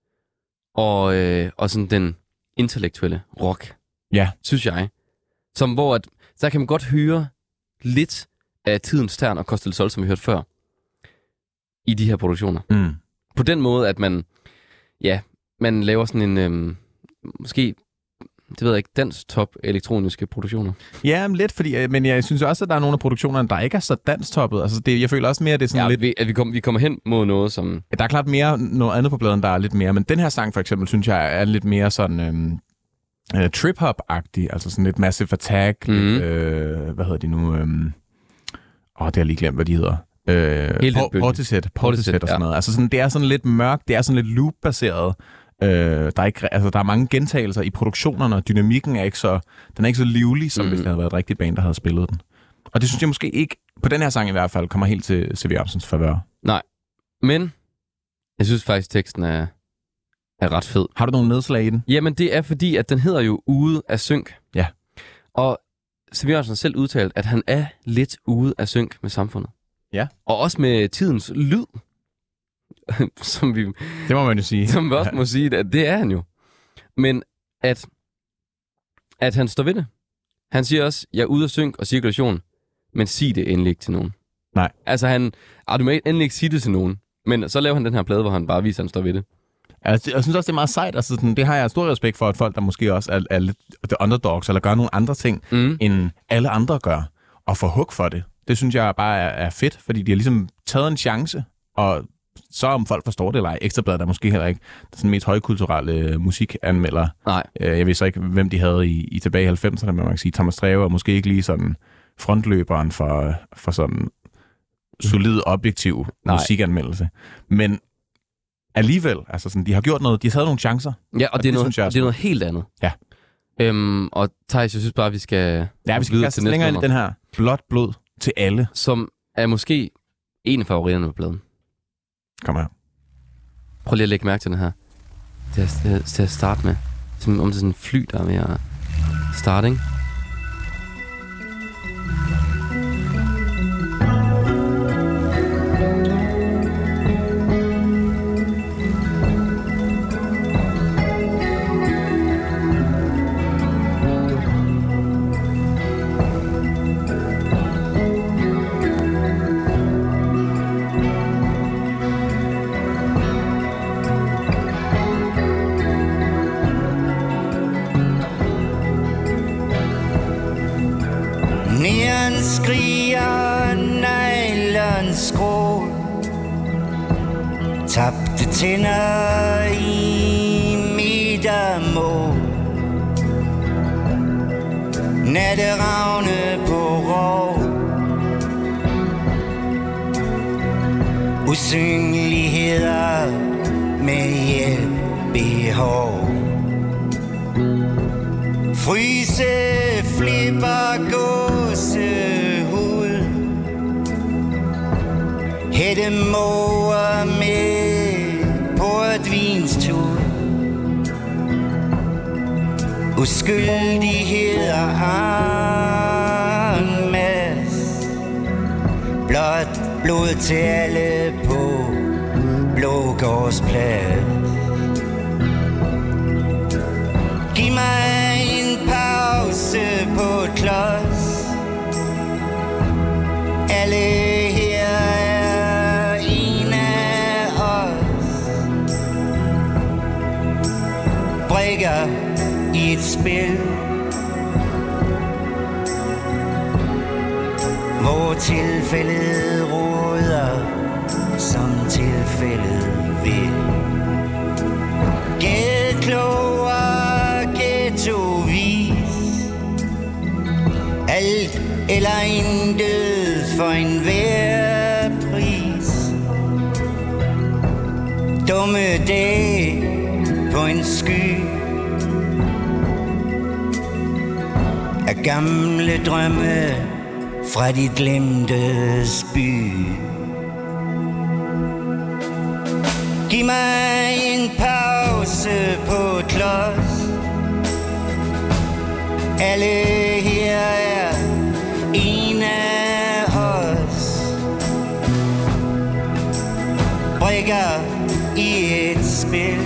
og, øh, og sådan den intellektuelle rock, ja. synes jeg. Som hvor, at, der kan man godt høre lidt af Tidens Tern og Costa del Sol, som vi hørte før, i de her produktioner. Mm. På den måde, at man, ja, man laver sådan en, øhm, måske, det ved jeg ikke, dansk top elektroniske produktioner. Ja, lidt, fordi, men jeg synes også, at der er nogle af produktionerne, der ikke er så danstoppet. Altså, det, jeg føler også mere, at det er sådan ja, lidt... Vi, at vi, kom, vi kommer hen mod noget, som... Ja, der er klart mere noget andet på pladen, der er lidt mere, men den her sang for eksempel, synes jeg, er lidt mere sådan... Øhm, Uh, trip-hop-agtig, altså sådan lidt Massive Attack, mm. lidt, øh, hvad hedder de nu? Åh, um... oh, det har jeg lige glemt, hvad de hedder. Øh, Por- Portishead, Portishead og sådan ja. noget. Altså sådan, det er sådan lidt mørkt, det er sådan lidt loop-baseret. Øh, der, er ikke, altså, der er mange gentagelser i produktionerne, og dynamikken er ikke så, den er ikke så livlig, som mm. hvis det havde været et rigtigt band, der havde spillet den. Og det synes jeg måske ikke, på den her sang i hvert fald, kommer helt til C V. Jørgensens favør. Nej, men jeg synes faktisk, teksten er... er ret fed. Har du nogle nedslag i den? Jamen, det er fordi, at den hedder jo Ude af synk. Ja. Og C V. Jørgensen selv udtalt, at han er lidt ude af synk med samfundet. Ja. Og også med tidens lyd. som vi, det må man jo sige. Som vi også ja. må sige, at det er han jo. Men at, at han står ved det. Han siger også, jeg er ude af synk og cirkulation, men sig det endelig ikke til nogen. Nej. Altså, han, ah, du må endelig ikke sige det til nogen. Men så laver han den her plade, hvor han bare viser, at han står ved det. Altså, jeg synes også, det er meget sejt. Altså, sådan, det har jeg stor respekt for, at folk, der måske også er, er lidt the underdogs, eller gør nogle andre ting, mm. end alle andre gør, og får hug for det. Det synes jeg bare er, er fedt, fordi de har ligesom taget en chance, og så om folk forstår det eller ej. Ekstrabladet er måske heller ikke den mest højkulturelle øh, musikanmelder. Nej. Øh, jeg ved så ikke, hvem de havde i, i tilbage i halvfemserne, men man kan sige, Thomas Treve er måske ikke lige sådan frontløberen for, for sådan solid, objektiv Nej. musikanmeldelse. Men alligevel, altså sådan, de har gjort noget, de har taget nogle chancer. Ja, og, og det, er det, noget, jeg, det er noget helt andet. Ja. Øhm, og Thijs, jeg synes bare, vi skal Ja, vi skal kaste os længere ind i den her blåt blod til alle. Som er måske en af favoritterne på pladen. Kom her. Prøv lige at lægge mærke til den her. Til at, til, til at starte med. Som om det er sådan en fly, der er ved at starte, ikke? Tabte tænder i midtermål. Natteravne på rov. Usynligheder med hjælp behov. Fryse, flipper, gåsehud. Hættemåger med portvinstud. Uskyldigheder en masse. Blot blod til alle på Blågårdsplads. Giv mig en pause på klods. Alle her er en af os. Brikker i et spil, hvor tilfældet råder, som tilfældet vil. Gæt klog og ghettovis. Alt eller intet for enhver pris. Dumme dage på en sky af gamle drømme fra de glemtes by. Giv mig en pause på klods. Alle her er en af os. Brikker i et spil,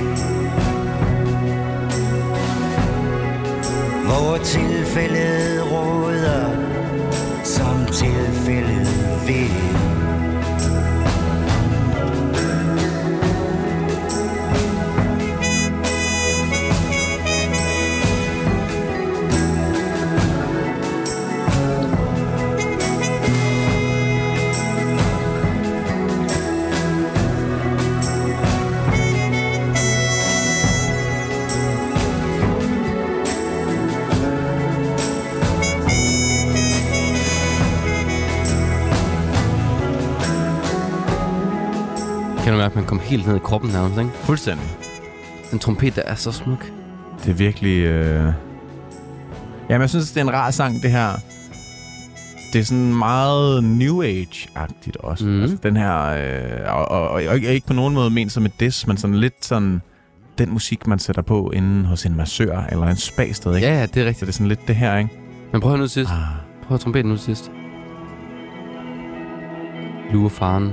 hvor tilfældet råder, som tilfældet vil. Kan du mærke, at man kommer helt ned i kroppen nærmest, ikke? Fuldstændig. Den trompet, der er så smuk. Det er virkelig... Øh... Jamen, jeg synes, det er en rar sang, det her. Det er sådan meget New Age-agtigt også. Mm. Altså, den her... Øh... Og, og, og, og ikke på nogen måde ment som et diss, men sådan lidt sådan... Den musik, man sætter på inden hos en massør eller en spa-sted, ikke? Ja, ja, det er rigtigt. Så det er sådan lidt det her, ikke? Men prøv at høre nu til sidst. Ah. Prøv at høre trompeten nu til sidst. Lure faren.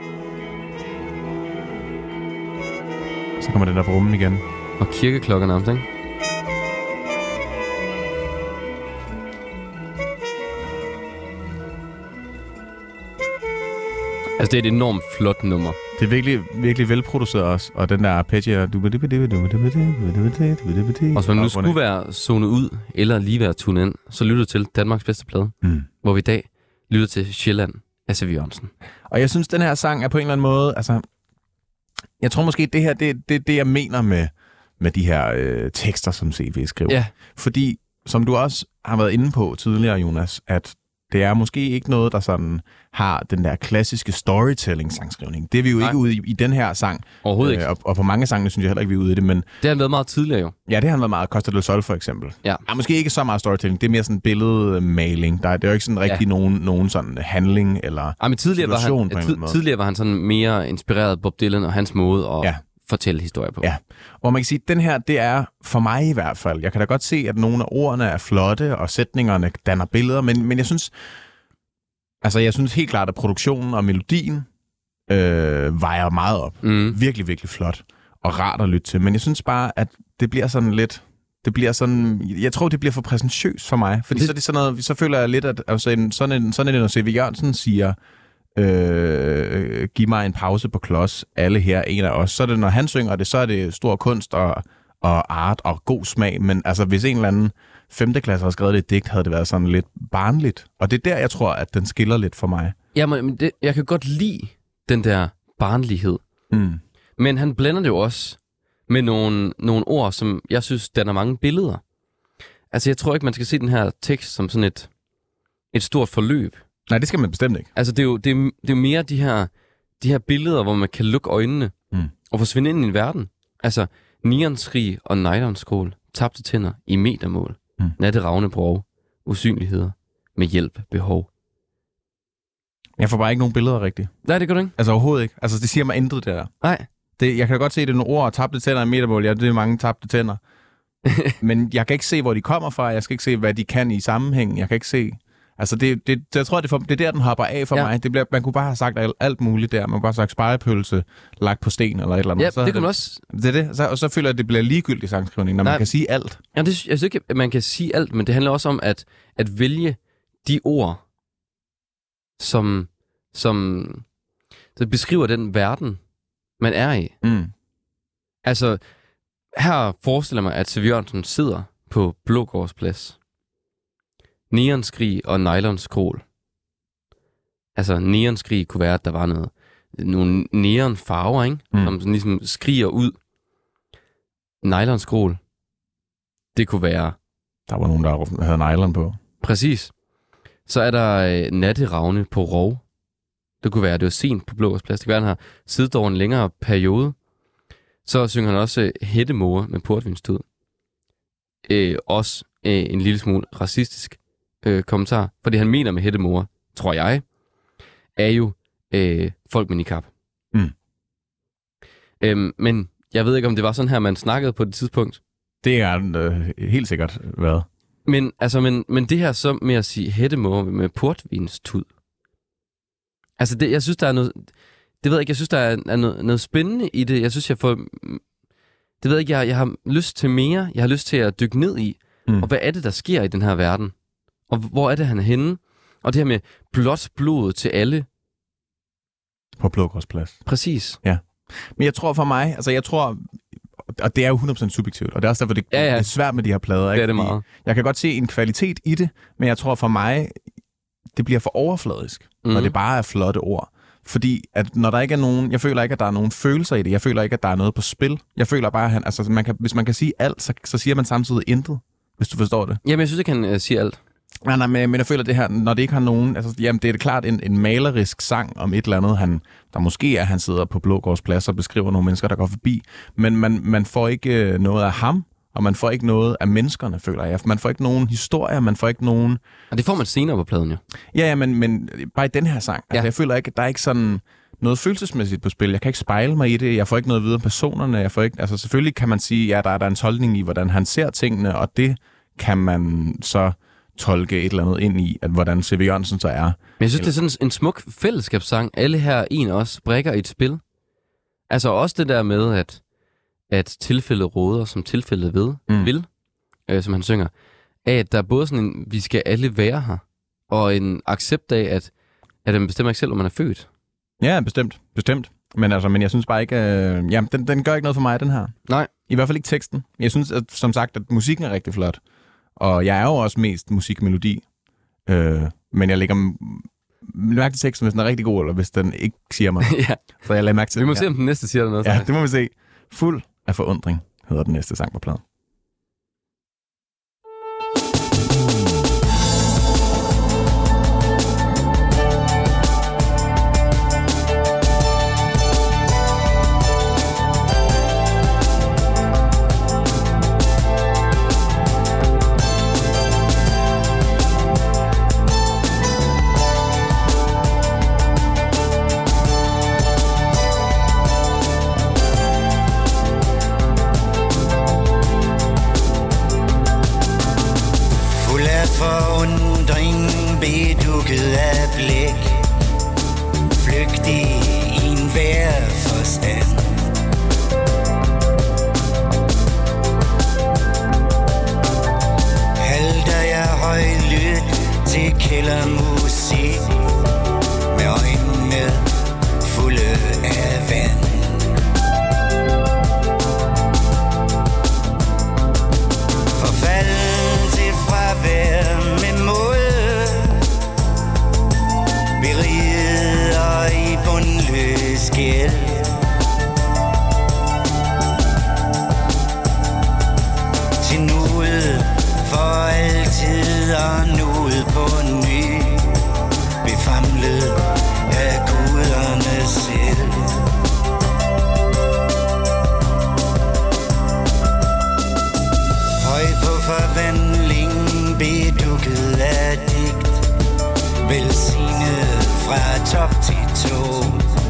Så kommer den der brummen igen. Og kirkeklokker nærmest, ikke? Altså, det er et enormt flot nummer. Det er virkelig, virkelig velproduceret også. Og den der arpeggio... Og så man nu skulle være zonet ud, eller lige være tunet ind, så lytter til Danmarks bedste plade, mm. hvor vi i dag lytter til Sjælland af C V. Jørgensen. Og jeg synes, den her sang er på en eller anden måde... Altså, Jeg tror måske, det her, det er det, det, jeg mener med, med de her øh, tekster, som C V skriver. Ja. Fordi, som du også har været inde på tidligere, Jonas, at det er måske ikke noget, der sådan har den der klassiske storytelling-sangskrivning. Det er vi jo Nej. ikke ude i, i den her sang. Overhovedet ikke. Øh, og, og på mange sange synes jeg heller ikke, vi er ude i det. Men det har han været meget tidligere jo. Ja, det har han været meget. Costa del Sol for eksempel. Ja. Ja, måske ikke så meget storytelling. Det er mere sådan billedmaling. Der er, det er jo ikke sådan rigtig ja. nogen, nogen sådan handling eller ja, men tidligere var han, ja, tid, tidligere var han sådan mere inspireret af Bob Dylan og hans måde at ja. fortælle historier på. Ja, og man kan sige, at den her, det er for mig i hvert fald. Jeg kan da godt se, at nogle af ordene er flotte, og sætningerne danner billeder, men, men jeg synes... Altså, jeg synes helt klart, at produktionen og melodien øh, vejer meget op. Mm. Virkelig, virkelig flot og rart at lytte til. Men jeg synes bare, at det bliver sådan lidt... Det bliver sådan... Jeg tror, det bliver for præsentøst for mig. Fordi det... så, er det sådan noget, så føler jeg lidt, at altså, en, sådan en, sådan en, når C V Jørgensen siger, øh, giv mig en pause på klods, alle her, en af os. Så er det, når han synger det, så er det stor kunst og, og art og god smag. Men altså, hvis en eller anden femteklasse har skrevet et digt, havde det været sådan lidt barnligt. Og det er der, jeg tror, at den skiller lidt for mig. Ja, men det, jeg kan godt lide den der barnlighed. Mm. Men han blander det jo også med nogle, nogle ord, som jeg synes, danner mange billeder. Altså, jeg tror ikke, man skal se den her tekst som sådan et, et stort forløb. Nej, det skal man bestemt ikke. Altså, det er jo, det er, det er jo mere de her, de her billeder, hvor man kan lukke øjnene mm. og forsvinde ind i en verden. Altså, neonskrig og nylonskål, tabte tænder i metermål. Mm. Natteravne brog, usynligheder, med hjælp, behov. Jeg får bare ikke nogen billeder rigtigt. Nej, det gør du ikke. Altså overhovedet ikke. Altså det siger mig intet, det der. Nej. Det, jeg kan godt se, at det er nogle ord, tabte tænder i metermål. Ja, det er mange tabte tænder. Men jeg kan ikke se, hvor de kommer fra. Jeg skal ikke se, hvad de kan i sammenhæng. Jeg kan ikke se... Altså det, det, jeg tror, det er, for, det er der, den hopper af for ja. mig. Det bliver, man kunne bare have sagt alt, alt muligt der. Man kunne bare have sagt spegepølse, lagt på sten eller et eller andet. Ja, så det kan man også... Det er det. Så, og så føler jeg, at det bliver ligegyldig sangskrivning, når Nej. man kan sige alt. Ja, det, jeg synes ikke, at man kan sige alt, men det handler også om at, at vælge de ord, som, som det beskriver den verden, man er i. Mm. Altså, her forestiller mig, at C V Jørgensen sidder på Blågårdsplads. Neonskrig og nylonskrål. Altså, neonskrig kunne være, at der var noget, nogle neonfarver, ikke? Mm. Som sådan ligesom skriger ud. Nylonskrål. Det kunne være... Der var nogen, der havde nylon på. Præcis. Så er der øh, natteravne på rov. Det kunne være, at det var sent på Blågårdsplads. Det kunne være, at han har siddet over en længere periode. Så synger han også øh, hættemåger med portvinstud. Øh, også øh, en lille smule racistisk øh, kommentar. For det, han mener med hættemåger, tror jeg, er jo øh, folk med niqab. Mm. Øhm, men jeg ved ikke, om det var sådan her, man snakkede på det tidspunkt. Det er øh, helt sikkert været. Men, altså, men, men det her så med at sige hættemåger med portvinstud. Altså, det, jeg synes, der er noget... Det ved jeg ikke, jeg synes, der er, er noget, noget spændende i det. Jeg synes, jeg får... Det ved jeg ikke, jeg, jeg har lyst til mere. Jeg har lyst til at dykke ned i. Mm. Og hvad er det, der sker i den her verden? Og hvor er det, han er henne? Og det her med blåt blod til alle. På Blågårdsplads. Præcis. Ja. Men jeg tror for mig, altså jeg tror... Og det er jo hundrede procent subjektivt, og det er også derfor, det, ja, ja. det er svært med de her plader. Ikke? Det er det meget. Jeg kan godt se en kvalitet i det, men jeg tror for mig, det bliver for overfladisk, mm. når det bare er flotte ord. Fordi at når der ikke er nogen, jeg føler ikke, at der er nogen følelser i det. Jeg føler ikke, at der er noget på spil. Jeg føler bare, at han, altså, man kan, hvis man kan sige alt, så, så siger man samtidig intet, hvis du forstår det. Jamen, jeg synes ikke, han uh, siger alt. Nej, nej, men, men jeg føler det her, når det ikke har nogen... Altså, jamen, det er klart en, en malerisk sang om et eller andet, han, der måske er, han sidder på Blågårdsplads og beskriver nogle mennesker, der går forbi. Men man, man får ikke noget af ham, og man får ikke noget af menneskerne, føler jeg. Man får ikke nogen historier, man får ikke nogen... Og det får man senere på pladen, jo. Ja, ja, men, men bare i den her sang. Altså, ja. Jeg føler ikke, der er ikke sådan noget følelsesmæssigt på spil. Jeg kan ikke spejle mig i det. Jeg får ikke noget videre om personerne. Jeg får ikke... Altså, selvfølgelig kan man sige, ja, der er der en tolkning i, hvordan han ser tingene, og det kan man så... tolke et eller andet ind i, at hvordan C V Jørgensen så er. Men jeg synes, det er sådan en smuk fællesskabssang. Alle her en også brækker i et spil. Altså også det der med, at, at tilfældet råder, som tilfældet ved, mm. vil, øh, som han synger, af at der er både sådan en, vi skal alle være her, og en accept af, at, at man bestemmer ikke selv, om man er født. Ja, bestemt. Bestemt. Men altså, men jeg synes bare ikke, øh, jamen, den, den gør ikke noget for mig, den her. Nej. I hvert fald ikke teksten. Jeg synes, at, som sagt, at musikken er rigtig flot. Og jeg er jo også mest musikmelodi. Øh, men jeg lægger mærke til teksten, hvis den er rigtig god, eller hvis den ikke siger mig. Ja. Så jeg lagde mærke til Vi må den se, her. om den næste siger der noget. Ja, det må vi se. Fuld af forundring hedder den næste sang på pladen. Bedukket af blik, flygtig i en hver forstand. Halter jeg højlydt til kældermusik, med øjnene fulde af vand. Forfalden til fravær med mod, berider i bundløs gæld. Til nuet for altid og nuet på ny, befamlet af guderne selv. Høj på forvandling, bedukket af digt, velsignet fra top til tå.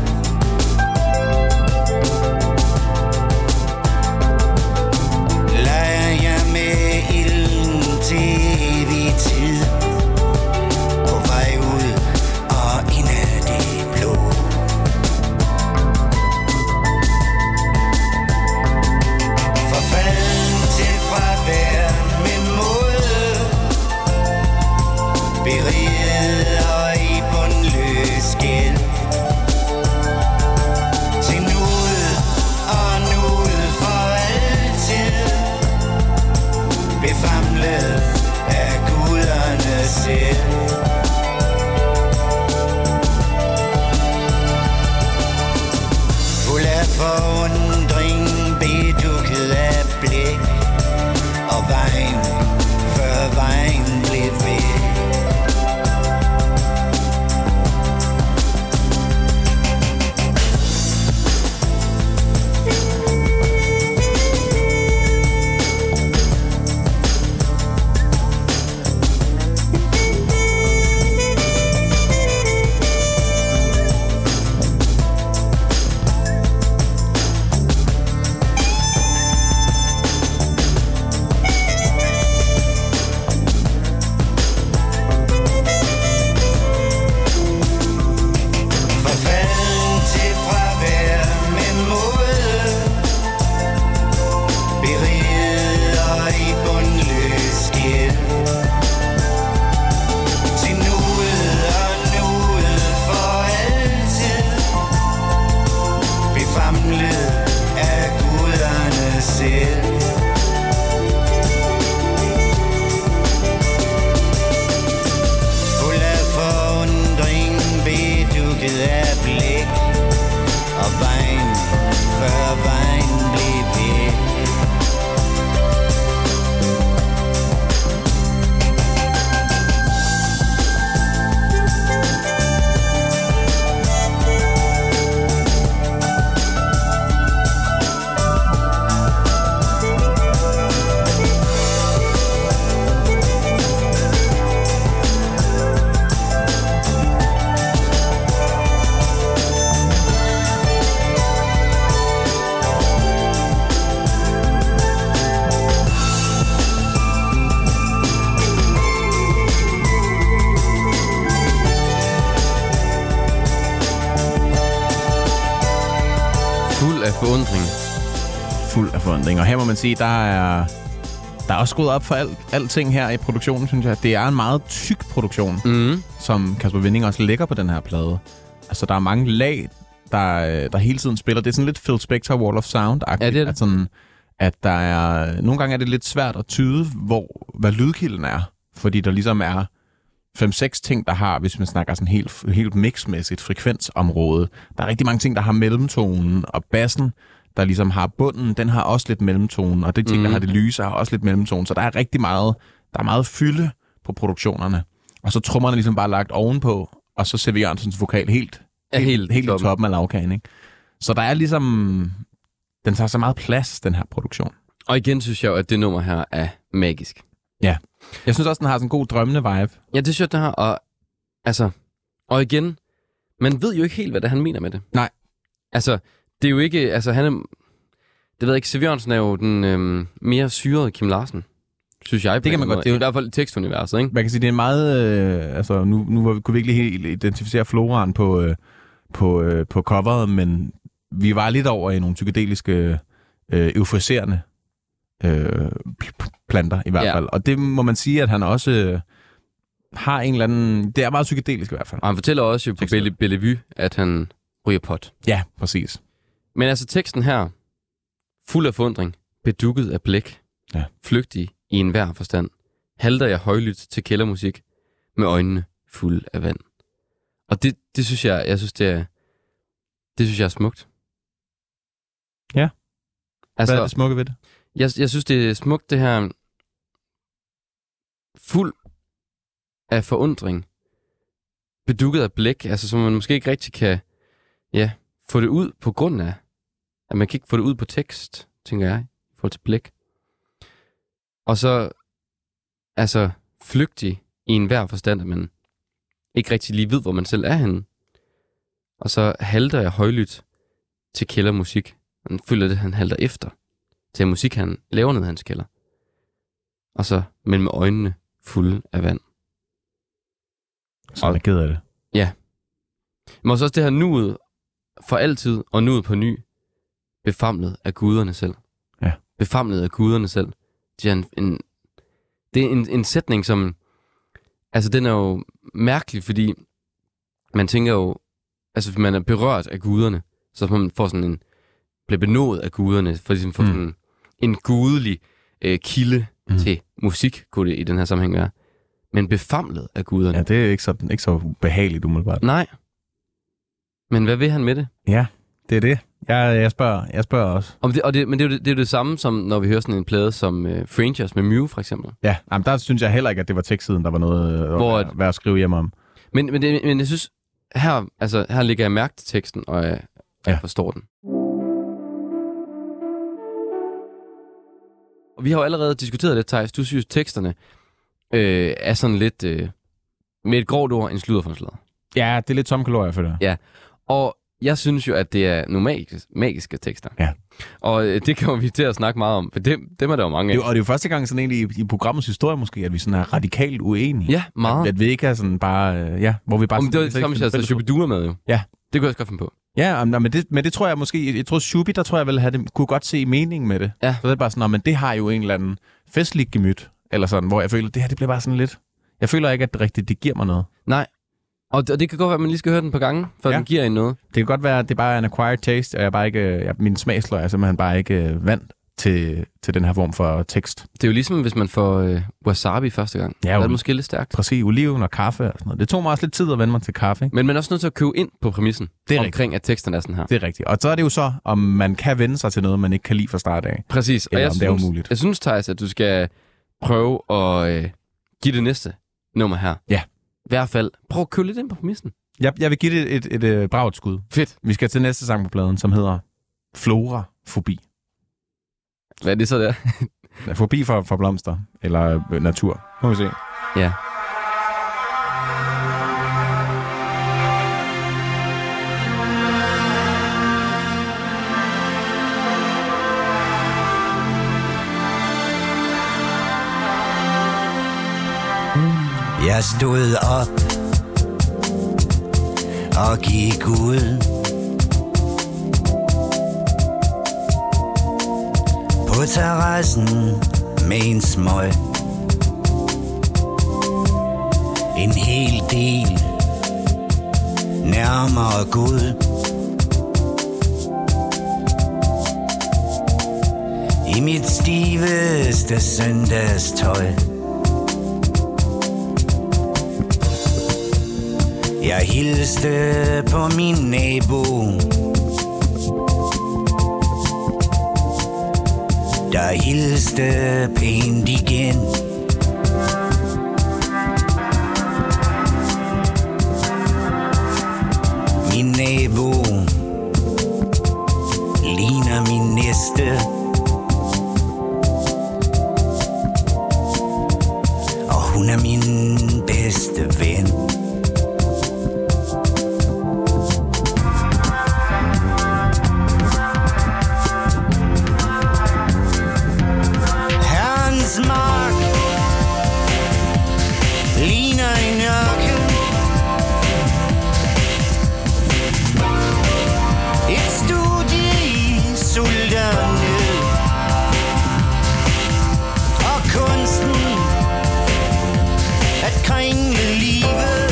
Leger jeg med ilden til evig tid, på vej ud og ind af det blå. Forfalden til fravær med mod, beriget og i bundløs gæld. Til nuet og nuet for altid, befamlet af guderne selv. Fuld af forundring, bedukket af blik, og vejen før vejen blev ved. Forundring. Fuld af forundring. Og her må man sige, der er, der er også gået op for alt, alting her i produktionen, synes jeg. Det er en meget tyk produktion, Mm. som Kasper Winding også lægger på den her plade. Altså, der er mange lag, der, der hele tiden spiller. Det er sådan lidt Phil Spector Wall of Sound-agtigt. Ja, det er det. At, sådan, at der er... Nogle gange er det lidt svært at tyde, hvor, hvad lydkilden er. Fordi der ligesom er fem seks ting, der har, hvis man snakker sådan helt, helt mixmæssigt frekvensområde. Der er rigtig mange ting, der har mellemtonen, og bassen, der ligesom har bunden, den har også lidt mellemtonen, og det ting, mm. der har det lyse, har også lidt mellemtonen. Så der er rigtig meget, der er meget fylde på produktionerne. Og så trommerne ligesom bare lagt ovenpå, og så C V Jørgensens vokal helt, ja, helt, helt, helt toppen. i toppen af lavkagen, ikke? Så der er ligesom... Den tager så meget plads, den her produktion. Og igen synes jeg jo, at det nummer her er magisk. Ja. Jeg synes også, den har sådan en god drømmende vibe. Ja, det synes jeg, den har. Og, altså, og igen, man ved jo ikke helt, hvad det han mener med det. Nej. Altså, det er jo ikke... Altså, han er... Det ved jeg ikke, C V Jørgensen er jo den øhm, mere syrede Kim Larsen, synes jeg. Det kan man godt. Det er jo i hvert fald i tekstuniverset, ikke? Man kan sige, det er en meget... Øh, altså, nu, nu kunne vi ikke helt identificere floraen på, øh, på, øh, på coveret, men vi var lidt over i nogle psykedeliske, øh, euforiserende øh, planter, i hvert ja. fald. Og det må man sige, at han også øh, har en eller anden... Det er meget psykedelisk i hvert fald. Og han fortæller også jo på Belle, Bellevue, at han ryger pot. Ja, præcis. Men altså teksten her, fuld af forundring, bedukket af blæk, ja. flygtig i enhver forstand, halter jeg højlydt til kældermusik, med øjnene fulde af vand. Og det, det synes jeg, jeg synes, det er, det synes jeg er smukt. Ja. Altså, hvad er det smukke ved det? Jeg, jeg synes, det er smukt, det her fuld af forundring, bedukket af blæk, altså som man måske ikke rigtig kan ja, få det ud på grund af, at man kan ikke få det ud på tekst, tænker jeg, i forhold til blæk. Og så, altså, flygtig i enhver forstand, at man ikke rigtig lige ved, hvor man selv er henne. Og så halter jeg højlydt til kældermusik. Man føler det, han halter efter til musik, han laver ned i hans kælder. Og så, men med øjnene fulde af vand. Så er jeg ked af det. Ja. Men også det her nuet for altid, og nuet på ny, befamlet af guderne selv. Ja. Befamlet af guderne selv. Det er en, en, det er en, en sætning, som... Altså, den er jo mærkelig, fordi man tænker jo... Altså, hvis man er berørt af guderne, så man får sådan en... Bliver benådet af guderne, for ligesom får mm. sådan en gudelig øh, kilde mm. til musik, kunne det i den her sammenhæng være. Men befamlet af guderne. Ja, det er ikke så, ikke så behageligt umiddelbart. Nej. Men hvad vil han med det? Ja, det er det. Jeg, jeg, spørger, jeg spørger også. Om det, og det, men det er, jo det, det er jo det samme, som når vi hører sådan en plade som uh, Frangers med Mew, for eksempel. Ja, jamen, der synes jeg heller ikke, at det var tekstsiden, der var noget øh, Hvor, at, at, at skrive hjem om. Men, men, det, men jeg synes, her, altså, her ligger jeg mærke til teksten, og jeg, ja. jeg forstår den. Og vi har jo allerede diskuteret det, Theis. Du synes, teksterne øh, er sådan lidt, øh, med et grovt ord, en sludderforslaget. Ja, det er lidt tomme kalorier for det. Ja, og jeg synes jo, at det er nogle magiske, magiske tekster. Ja. Og øh, det kommer vi til at snakke meget om, for det, dem er der jo mange af. Det, og det er jo første gang sådan egentlig i, i programmets historie måske, at vi sådan er radikalt uenige. Ja, meget. At, at vi ikke er sådan bare, øh, ja, hvor vi bare... Om det var sammen med Shubidua med jo. Ja. Det kunne jeg også godt finde på. Ja, men det, men det tror jeg måske, jeg tror Shubi, der tror jeg vel, at det kunne godt se meningen med det. Ja. Så det er bare sådan, men det har jo en eller anden festlig gemyt, eller sådan, hvor jeg føler, at det her, det bliver bare sådan lidt... Jeg føler ikke, at det rigtigt, det giver mig noget. Nej. Og det, og det kan godt være, at man lige skal høre den på gange, før ja. den giver en noget. Det kan godt være, at det bare er en acquired taste, og jeg bare ikke, jeg, min smagsløg er simpelthen bare ikke vant til, til den her form for tekst. Det er jo ligesom, hvis man får øh, wasabi første gang. Ja, det er det måske lidt stærkt. Præcis, oliven og kaffe og sådan noget. Det tog mig også lidt tid at vende mig til kaffe. Ikke? Men man er også nødt til at købe ind på præmissen det er omkring, rigtigt. At teksten er sådan her. Det er rigtigt. Og så er det jo så, om man kan vende sig til noget, man ikke kan lide fra start af. Præcis. Og eller jeg om synes, det er umuligt. Jeg synes, Theis, at du skal prøve at øh, give det næste nummer her. Ja. I hvert fald, prøv at købe lidt ind på præmissen. Jeg, jeg vil give det et, et, et, et bragt skud. Fedt. Vi skal til næste sang på pladen, som hedder Florafobi. Hvad er det så der? Fobi for, for blomster, eller øh, natur. Må vi se. Ja. Jeg stod op og gik ud på terrassen med en smøg. En hel del nærmere Gud. I mit stiveste søndagstøj. Jeg hilste på min nabo, der hilste pænt igen. Min nabo ligner min næste, og hun er min bedste ven. Herrens mark ligner en ørken, et studie i sult og nød, og kunsten at kringle livet.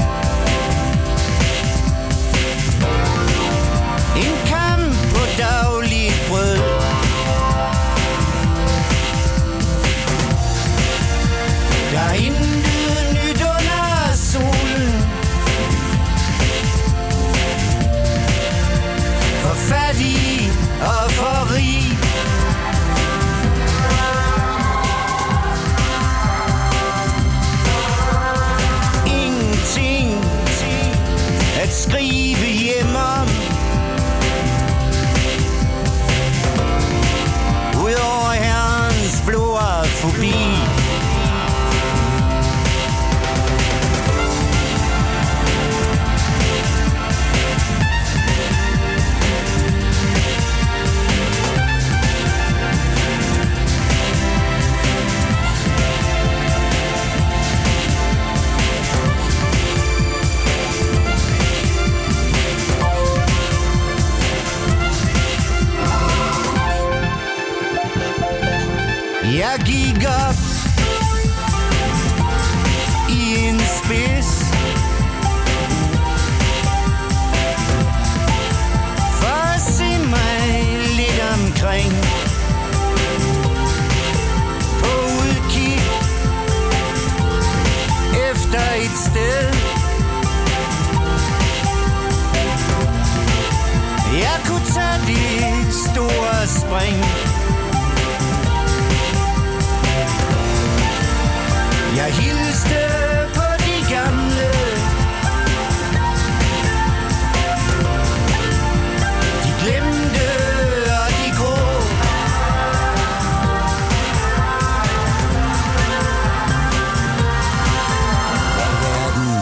En kamp på dagligt brød. Der er intet nyt under solen. For fattig og for rig. Ingenting at skrive hjem om, udover Herrens fluorofobi. Jeg gik op i en spids for at se mig lidt omkring, på udkig efter et sted jeg kunne tage det store spring. Jeg hilste på de gamle, de glemte og de grå. Og verden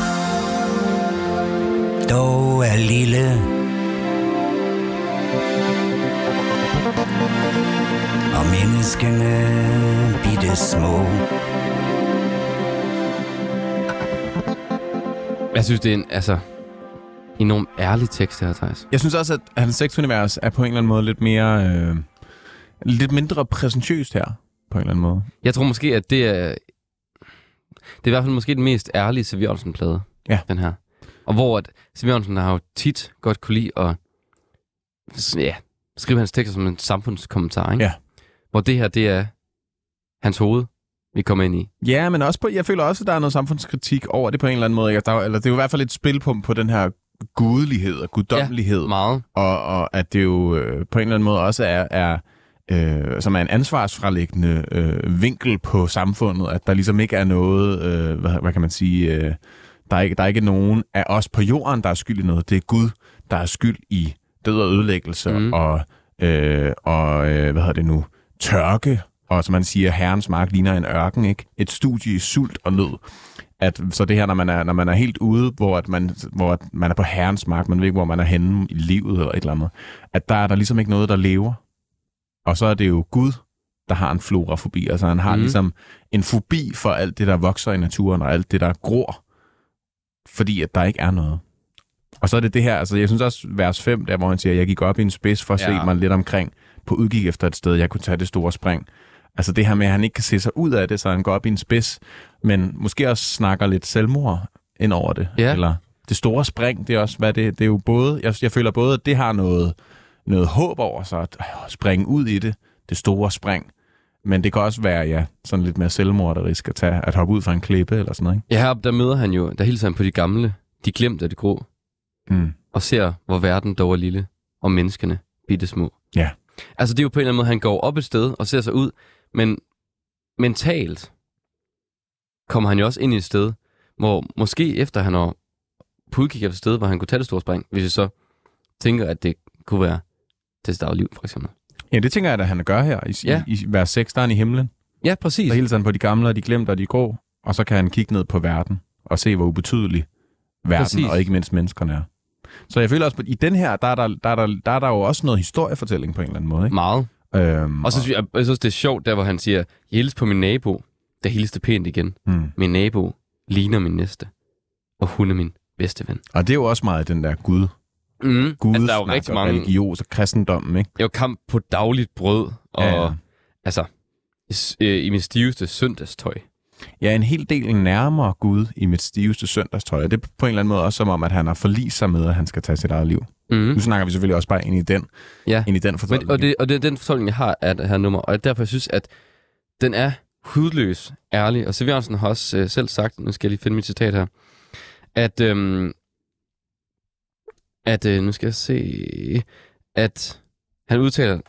dog er lille, og menneskene bitte små. Jeg synes, det er en altså, enormt ærlig tekst her, Theis. Jeg synes også, at hans sexunivers er på en eller anden måde lidt mere... Øh, lidt mindre præsentøst her, på en eller anden måde. Jeg tror måske, at det er... Det er i hvert fald måske den mest ærlige C V Jørgensen-plade, ja. Den her. Og hvor at C V Jørgensen har jo tit godt kunne lide at ja, skrive hans tekster som en samfundskommentar, ikke? Ja. Hvor det her, det er hans hoved, vi kommer ind i. Ja, men også på, jeg føler også, at der er noget samfundskritik over det på en eller anden måde. Der, eller det er jo i hvert fald et spil på, på den her gudelighed og guddommelighed. Ja, meget. Og, og at det jo øh, på en eller anden måde også er, er øh, som er en ansvarsfralæggende øh, vinkel på samfundet, at der ligesom ikke er noget, øh, hvad, hvad kan man sige, øh, der, er ikke, der er ikke nogen af os på jorden, der er skyld i noget. Det er Gud, der er skyld i død og ødelæggelse mm. og, øh, og øh, hvad hedder det nu, tørke. Og som man siger, Herrens mark ligner en ørken, ikke? Et studie i sult og nød. At, så det her, når man er, når man er helt ude, hvor, at man, hvor at man er på Herrens mark, man ved ikke, hvor man er henne i livet eller et eller andet, at der er der ligesom ikke noget, der lever. Og så er det jo Gud, der har en florafobi. Altså han har mm. ligesom en fobi for alt det, der vokser i naturen, og alt det, der gror, fordi at der ikke er noget. Og så er det det her, altså jeg synes også, vers fem, der hvor han siger, jeg gik op i en spids for at ja. se mig lidt omkring, på udgik efter et sted, jeg kunne tage det store spring. Altså det her med, at han ikke kan se sig ud af det, så han går op i en spids, men måske også snakker lidt selvmord ind over det. Ja. Eller det store spring, det er også, hvad det, det er jo både, jeg, jeg føler både, at det har noget, noget håb over sig, at øh, springe ud i det, det store spring. Men det kan også være, ja, sådan lidt mere selvmorderisk at tage, at hoppe ud fra en klippe eller sådan noget, ikke? Ja, heroppe, der møder han jo, der hilser han på de gamle, de glemte af det grå, Mm. og ser, hvor verden dog er lille, og menneskene bitte små. Ja. Altså, det er jo på en eller anden måde, han går op et sted og ser sig ud, men mentalt kommer han jo også ind i et sted, hvor måske efter han har på udkig efter et sted, hvor han kunne tage det store spring, hvis jeg så tænker, at det kunne være til sit liv, for eksempel. Ja, det tænker jeg, at han gør her i, Ja. i, i vers seks, der er han i himlen. Ja, præcis. Der hele tiden på de gamle, og de glemte, og de grå. Og så kan han kigge ned på verden og se, hvor ubetydelig verden, Præcis. og ikke mindst menneskerne er. Så jeg føler også, at i den her, der er der, der, er der, der, er der jo også noget historiefortælling på en eller anden måde. Ikke? Meget. Øhm, Og så synes jeg, jeg synes, det er sjovt, der hvor han siger, jeg hilser på min nabo, der hilste pænt igen. mm. Min nabo ligner min næste, og hun er min bedste ven. Og det er jo også meget den der Gud. Mm. Gud Altså, der er jo rigtig mange... religion og kristendommen, ikke? Jeg er jo kamp på dagligt brød, og Ja, ja. altså, i, s- øh, i min stiveste søndagstøj. Jeg er en hel del nærmere Gud i mit stiveste søndagstøj. Og det er på en eller anden måde også som om, at han har forliset sig med, at han skal tage sit eget liv. Mm. Nu snakker vi selvfølgelig også bare ind i den, Ja. ind i den fortælling. Men, og, det, og det er den fortolkning, jeg har af det her nummer, og derfor jeg synes, at den er hudløs, ærlig. Og C V. Jørgensen har også øh, selv sagt, nu skal jeg lige finde mit citat her, at, øhm, at øh, nu skal jeg se, at han udtaler,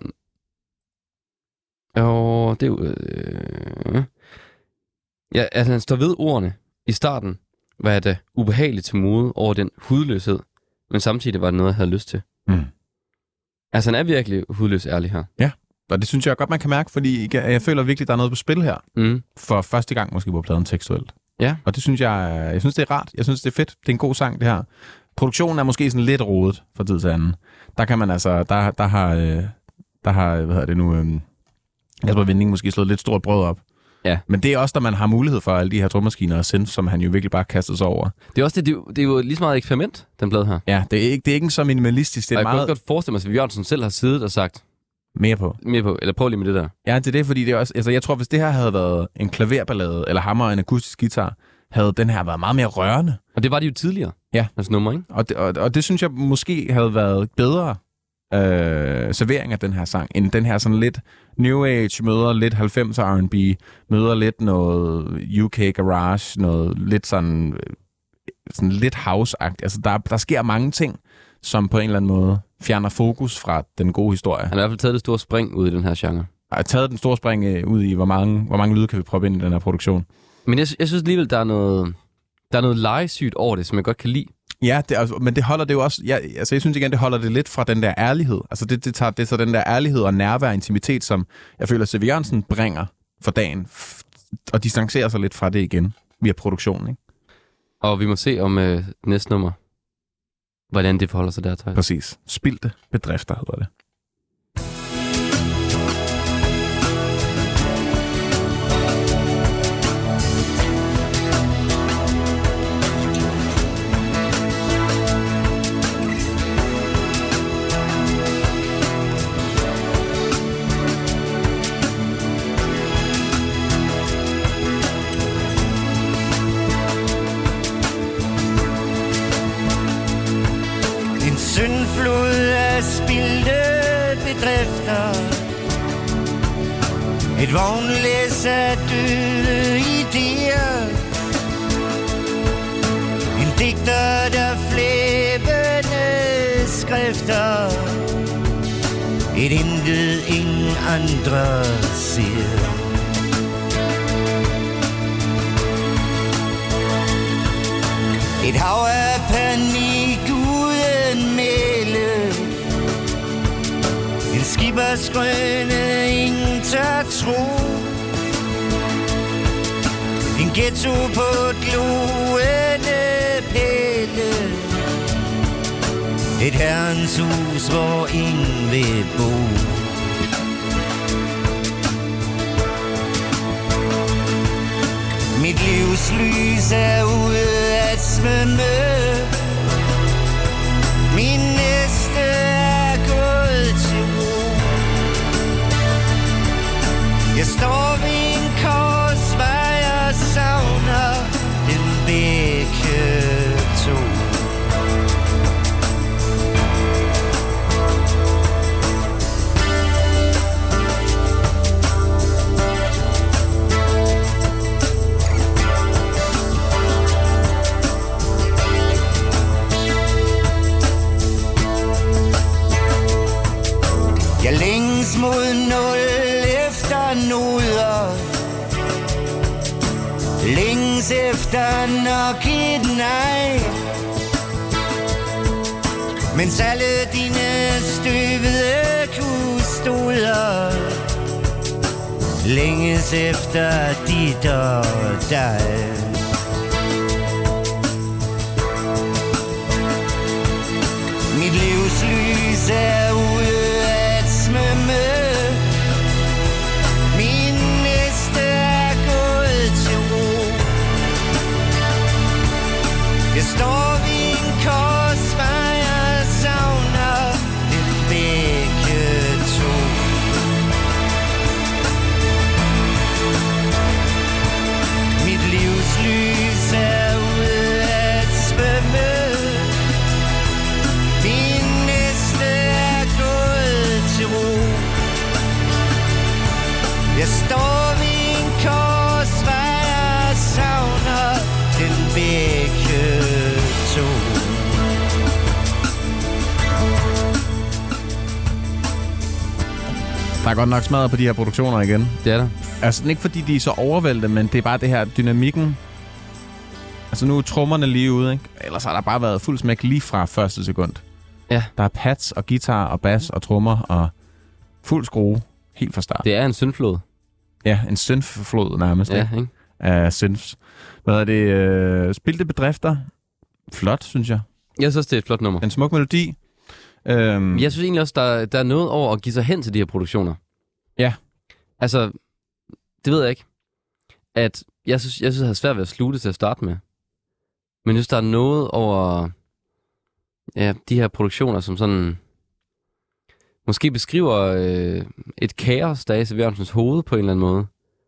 og det er jo, øh, ja, at han står ved ordene i starten, var det ubehageligt til mode over den hudløshed, men samtidig var det noget, jeg havde lyst til. Mm. Altså, han er virkelig hudløs ærlig her. Og det synes jeg godt, man kan mærke, fordi jeg, jeg føler virkelig, der er noget på spil her. Mm. For første gang måske på pladen tekstuelt. Ja. Og det synes jeg, jeg synes, det er rart. Jeg synes, det er fedt. Det er en god sang, det her. Produktionen er måske sådan lidt rodet fra tid til anden. Der kan man altså, der, der har, øh, der har, hvad hedder det nu, øh, Jesper Winding måske slået lidt stort brød op. Ja. Men det er også, når man har mulighed for alle de her trommaskiner og synth, som han jo virkelig bare kaster sig over. Det er også det, det, er jo- det er jo lige så meget eksperiment, den blad her. Ja, det er ikke, det er ikke så minimalistisk. Det Og er jeg kan meget også godt forestille mig, at C V. Jørgensen selv har siddet og sagt mere på. mere på, eller prøv lige med det der. Ja, det er det, fordi det er også, altså jeg tror, hvis det her havde været en klaverballade, eller hammer og en akustisk guitar, havde den her været meget mere rørende. Og det var det jo tidligere. Ja. Altså nummer, ikke? Og det, og, og det synes jeg måske havde været bedre øh, servering af den her sang, end den her sådan lidt New Age, møder lidt halvfemser R and B, møder lidt noget U K garage, noget lidt sådan, øh, sådan lidt house-agtigt. Altså der, der sker mange ting, som på en eller anden måde fjerner fokus fra den gode historie. Han har i hvert fald taget det store spring ud i den her genre. Jeg har taget den store spring øh, ud i, hvor mange, hvor mange lyde kan vi proppe ind i den her produktion. Men jeg, jeg synes alligevel, der er noget, der er noget legesygt over det, som jeg godt kan lide. Ja, det, altså, men det holder det jo også... Ja, altså, jeg synes igen, det holder det lidt fra den der ærlighed. Altså, det, det tager det så den der ærlighed og nærvær og intimitet, som jeg føler, C V. Jørgensen bringer for dagen, f- og distancerer sig lidt fra det igen via produktionen, ikke? Og vi må se om øh, næste nummer, hvordan det forholder sig der, Thijs. Præcis. Spildte bedrifter, hedder det. En syndflod af spildte bedrifter, et vognlæs af døde idéer, en digter, der flæbende skrifter, et intet ingen andre ser. Et hav af panik uden mæle, en skippersgrønne ingen tør tro, en ghetto på gloende pæle, et herrens hus, hvor ingen vil bo. Mit livs lys er ude at svømme, min næste er gået til ro. Jeg står ved en korsvej og savner dem begge to. mod nul efter noder. Længes efter nok et nej. Mens alle dine støvede kustoder længes efter dit og dig. Mit livslys er ude at svømme. Min næste er gået til ro. Jeg står ved en korsvej og savner dem begge to. Mit livslys er ude at svømme. Min næste er gået til ro. Jeg står ved en korsvej og savner den begge to. Der er godt nok smadret på de her produktioner igen. Det er der. Altså ikke fordi de er så overvældende, men det er bare det her dynamikken. Altså nu er trommerne lige ude, ikke? Ellers har der bare været fuld smæk lige fra første sekund. Ja. Der er pads og guitar og bass og trommer og fuld skrue helt fra start. Det er en syndflod. Ja, en synth-flod nærmest. Ja, ikke? ikke? Af synths. Hvad er det? Øh, spilte bedrifter. Flot, synes jeg. Jeg synes, det er et flot nummer. En smuk melodi. Øhm, Jeg synes egentlig også, der, der er noget over at give sig hen til de her produktioner. Ja. Altså, det ved jeg ikke. At jeg synes, jeg synes, jeg havde svært ved at slutte til at starte med. Men jeg synes, der er noget over ja, de her produktioner, som sådan måske beskriver øh, et kaos, der er i C V. Jørgensens hoved på en eller anden måde.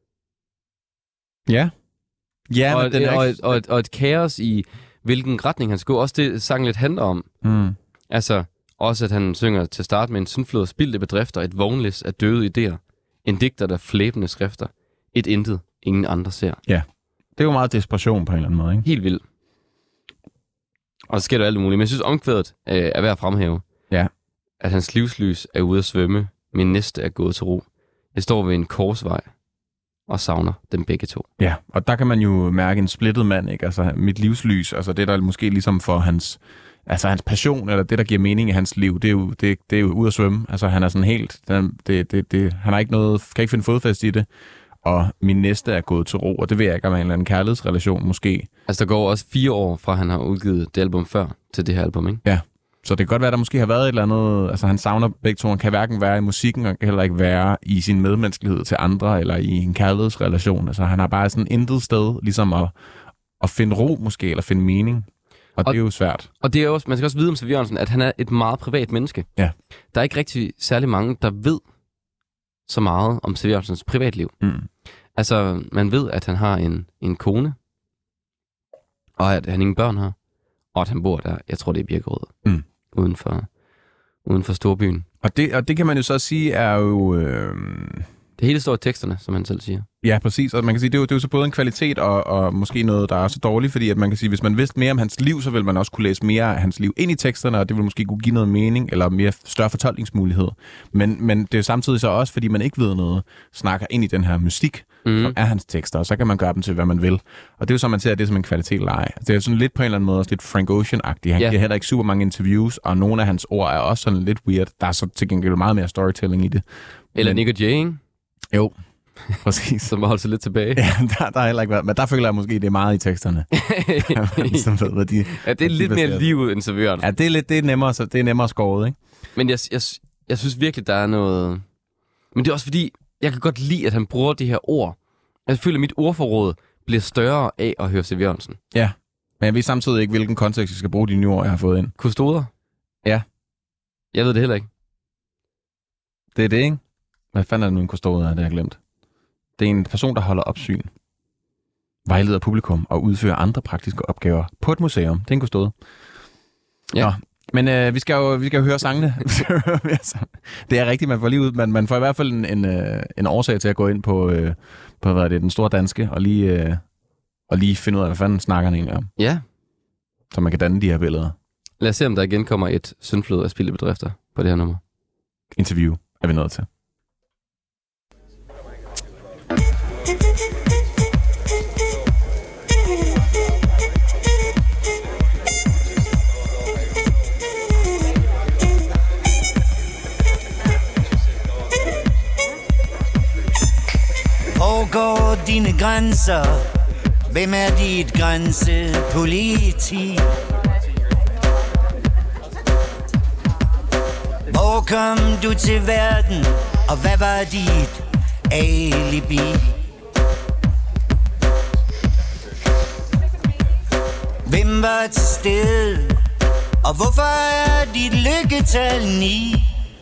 Ja. Ja, og, men et, den er og, ikke... et, og, et, og et kaos i, hvilken retning han skal gå. Også det, sangen lidt handler om. Mm. Altså, også at han synger til start med en syndflod af spildte bedrifter, et vognlæs af døde idéer, en digter, der flæbende skrifter, et intet, ingen andre ser. Ja, det er jo meget desperation på en eller anden måde, ikke? Helt vildt. Og så sker der alt muligt. Men jeg synes, omkvædet øh, er værd at fremhæve. Ja. At hans livslys er ude at svømme, min næste er gået til ro. Jeg står ved en korsvej og savner dem begge to. Ja, og der kan man jo mærke en splittet mand, ikke? Altså mit livslys, altså det der måske ligesom for hans, altså hans passion, eller det der giver mening i hans liv, det er jo, det, det er jo ude at svømme. Altså han er sådan helt, det, det, det, han har ikke noget, kan ikke finde fodfæste i det. Og min næste er gået til ro, og det ved jeg ikke, om en eller anden kærlighedsrelation måske. Altså der går også fire år fra, han har udgivet det album før til det her album, ikke? Ja, så det kan godt være, at der måske har været et eller andet, altså han savner begge to, han kan hverken være i musikken, og kan heller ikke være i sin medmenneskelighed til andre, eller i en kærlighedsrelation. Altså han har bare sådan intet sted, ligesom at, at finde ro måske, eller finde mening. Og, og det er jo svært. Og det er også, man skal også vide om C V. Jørgensen, at han er et meget privat menneske. Ja. Der er ikke rigtig særlig mange, der ved så meget om C V. Jørgensens privatliv. Mm. Altså, man ved, at han har en, en kone, og at han ingen børn har, og at han bor der, jeg tror, det er Birkerød, mm. uden for, uden for storbyen. Og det, og det kan man jo så sige er jo... Øh... Det hele står i teksterne, som han selv siger. Ja, præcis. Og man kan sige, det er jo, det er jo så både en kvalitet og, og måske noget, der er så dårligt, fordi at man kan sige, hvis man vidste mere om hans liv, så vil man også kunne læse mere af hans liv ind i teksterne, og det vil måske kunne give noget mening, eller mere større fortolkningsmulighed. Men, men det er jo samtidig så også, fordi man ikke ved noget, snakker ind i den her mystik, mm. som er hans tekster, og så kan man gøre dem til, hvad man vil. Og det er jo så, man ser det som en kvalitet eller ej. Det er sådan lidt på en eller anden måde også lidt Frank Ocean-agtigt. Han yeah. giver heller ikke super mange interviews, og nogle af hans ord er også sådan lidt weird. Der er så til gengæld meget mere storytelling i det. Eller Nick og Jay, ikke? Jo, præcis. Som har holdt sig lidt tilbage. Ja, der, der har heller ikke været, men der føler jeg måske, det er meget i teksterne. Som ved, hvad de, ja, det er lidt mere liv end C V. Jørgensen. Ja, det er, lidt, det er nemmere, så det er nemmere skåret, ikke? Men jeg, jeg, jeg synes virkelig, der er noget... Men det er også fordi, jeg kan godt lide, at han bruger de her ord. Jeg føler, at mit ordforråd bliver større af at høre C V. Jørgensen. Ja, men jeg ved samtidig ikke, hvilken kontekst jeg skal bruge de nye ord, jeg har fået ind. Kustoder? Ja. Jeg ved det heller ikke. Det er det, ikke? Hvad fanden er det nu en kustode af, det har jeg glemt? Det er en person, der holder opsyn, vejleder publikum og udfører andre praktiske opgaver på et museum. Det er en kustode. Ja. Nå, men øh, vi, skal jo, vi skal jo høre sangene. Det er rigtigt, man får lige ud. Man, man får i hvert fald en, en, en årsag til at gå ind på, øh, på hvad er det, den store danske, og lige, øh, og lige finde ud af, hvad fanden snakker han egentlig om. Ja. Så man kan danne de her billeder. Lad os se, om der igen kommer et syndflod af spildte bedrifter på det her nummer. Interview er vi nået til. Hvor går dine grænser? Hvem er dit grænsepoliti? Hvor kom du til verden? Og hvad var dit alibi? Hvem var til stede? Og hvorfor er dit lykketal ni?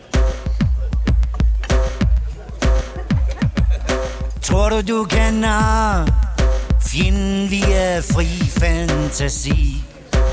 Tror du, du kan narre fjenden via fri fantasi?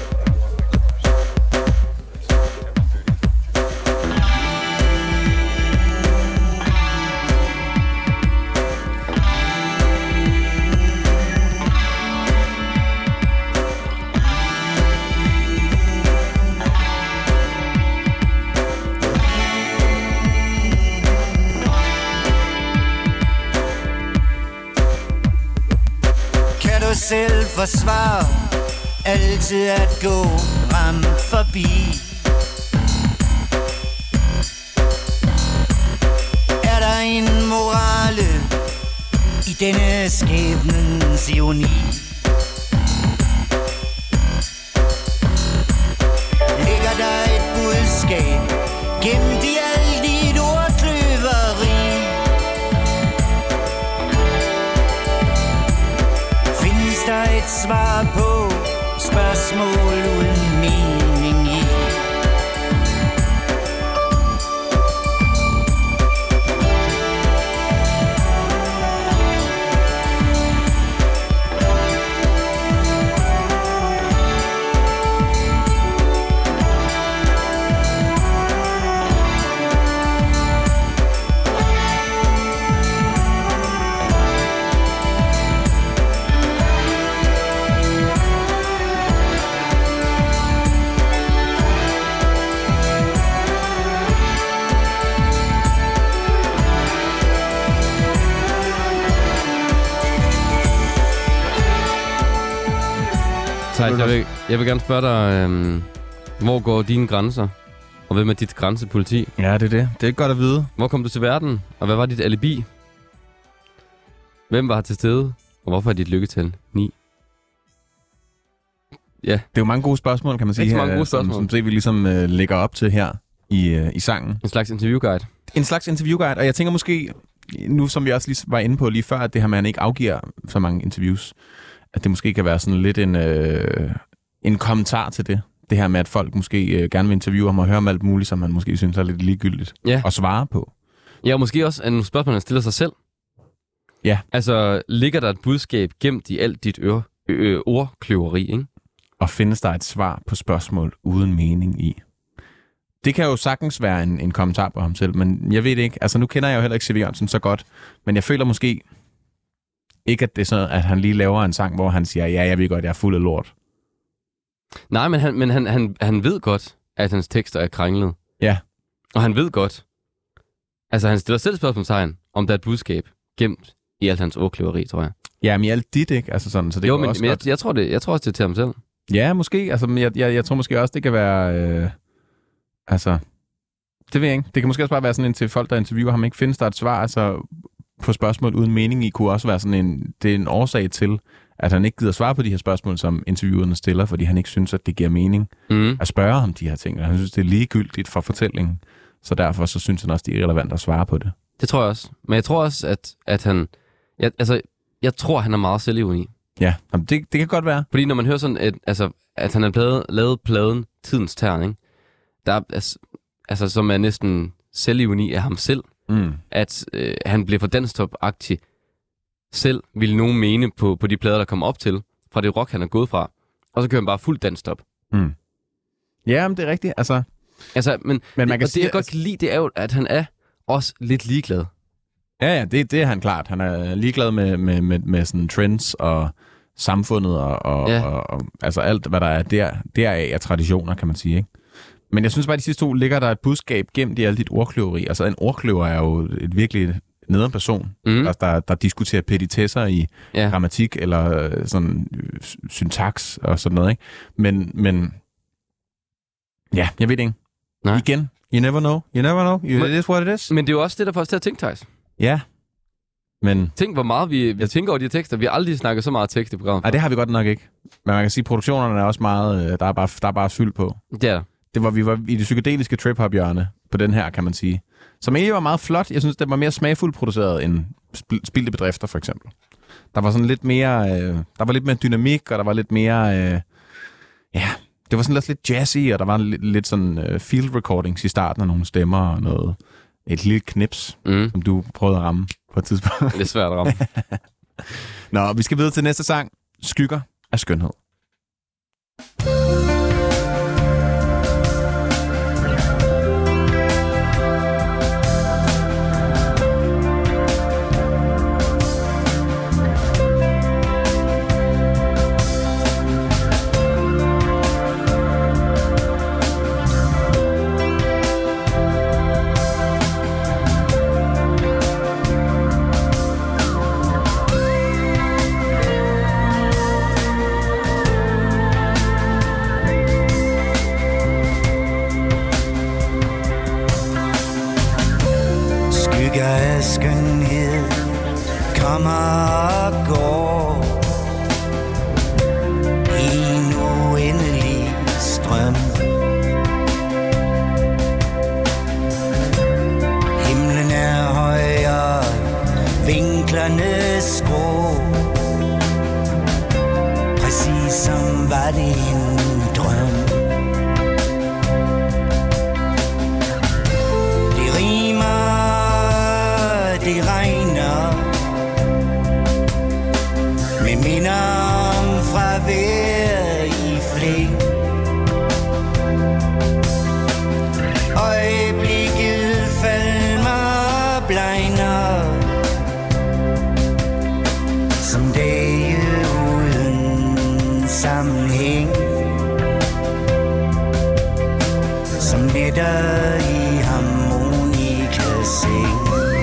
Selv forsvar altid at gå ram forbi. Er der en morale i denne skæbnens ironi? Ligger der et budskab gemt i alt dit ordkløveri? Der er et svar på spørgsmål uden mening i. Thijs, jeg vil, jeg vil gerne spørge dig, øhm, hvor går dine grænser? Og hvem er dit grænsepoliti? Ja, det er det. Det er godt at vide. Hvor kom du til verden? Og hvad var dit alibi? Hvem var til stede? Og hvorfor er dit lykketal ni? Ja. Det er jo mange gode spørgsmål, kan man sige. Ikke så mange her, gode spørgsmål. Som, som det, vi ligesom uh, lægger op til her i, uh, i sangen. En slags interviewguide. En slags interviewguide, og jeg tænker måske, nu som vi også lige var inde på lige før, at det her med, at man ikke afgiver så mange interviews, at det måske kan være sådan lidt en, øh, en kommentar til det. Det her med, at folk måske øh, gerne vil interviewe ham og høre om alt muligt, som man måske synes er lidt ligegyldigt ja. at svare på. Ja, og måske også nogle spørgsmål, han stiller sig selv. Ja. Altså, ligger der et budskab gemt i alt dit øre, øh, ordkløveri, ikke? Og findes der et svar på spørgsmål uden mening i? Det kan jo sagtens være en, en kommentar på ham selv, men jeg ved det ikke. Altså, nu kender jeg jo heller ikke C V Jørgensen så godt, men jeg føler måske ikke, at det er sådan, at han lige laver en sang, hvor han siger, ja, jeg ved godt, jeg er fuld af lort. Nej, men han, men han, han, han ved godt, at hans tekster er kringlet. Ja. Og han ved godt, altså han stiller selv spørgsmålstegn, om der er et budskab gemt i alt hans ordkløveri, tror jeg. Ja, men i alt dit, ikke? Altså sådan, så det jo, kan men, også men godt... jeg, jeg, tror det, jeg tror også, det er til ham selv. Ja, måske. Altså, men jeg, jeg, jeg tror måske også, det kan være... Øh... Altså... Det ved jeg ikke. Det kan måske også bare være sådan en til folk, der interviewer ham, ikke findes der et svar, altså på spørgsmål uden mening i, kunne også være sådan en... Det er en årsag til, at han ikke gider svare på de her spørgsmål, som interviewerne stiller, fordi han ikke synes, at det giver mening mm. at spørge om de her ting. Og han synes, det er ligegyldigt for fortællingen. Så derfor så synes han også, det er irrelevant at svare på det. Det tror jeg også. Men jeg tror også, at, at han... Jeg, altså, jeg tror, han er meget selvironi. Ja, jamen det, det kan godt være. Fordi når man hører sådan, at, altså, at han har lavet, lavet pladen Tidens Tern, ikke? Der er, altså, altså, som er næsten selvironi af ham selv, Mm. at øh, han blev for danstop-agtig selv, ville nogen mene på, på de plader, der kommer op til, fra det rock, han er gået fra. Og så kører han bare fuld danstop. Mm. Ja, men det er rigtigt. Altså, altså, men, men man kan og sige, det, jeg godt kan lide, det er jo, at han er også lidt ligeglad. Ja, ja, det, det er han klart. Han er ligeglad med, med, med, med sådan trends og samfundet og, og, ja. og, og altså alt, hvad der er der, deraf af traditioner, kan man sige, ikke? Men jeg synes bare, at de sidste to ligger der et budskab gemt i alt dit ordkløveri. Altså en ordkløver er jo et virkelig nederen person, Mm. der, der, der diskuterer petitesser i Ja. grammatik eller øh, sådan øh, syntaks og sådan noget, ikke? Men, men ja, jeg ved det ikke. Nej. Igen, you never know. You never know. You, Men- it is what it is. Men det er jo også det, der får os til at tænke, Thijs. Ja, men Tænk, hvor meget vi, vi tænker over de her tekster. Vi har aldrig snakket så meget tekst i programmet. ej, det har vi godt nok ikke. Men man kan sige, at produktionerne er også meget, øh, der er bare, der er bare fyld på. Det er Det var, vi var i det psykedeliske trip-hop-hjørne på den her, kan man sige. Som egentlig var meget flot. Jeg synes, det var mere smagfuldt produceret end spil- spildte bedrifter, for eksempel. Der var sådan lidt mere, øh, der var lidt mere dynamik, og der var lidt mere, øh, ja, det var sådan lidt, lidt jazzy, og der var lidt, lidt sådan øh, field recordings i starten af nogle stemmer og noget, et lille knips, mm. som du prøvede at ramme på et tidspunkt. Det er svært at ramme. Nå, vi skal videre til næste sang. Skygger af skønhed. Skygger af skønhed kommer og går i en uendelig strøm. Himlen er højere, vinklerne skrå, præcis som var det en drøm. Det rimer, det regner med minder om fravær i flæng. Øjeblikket falmer blegner som dage uden sammenhæng, som nætter i harmonikaseng.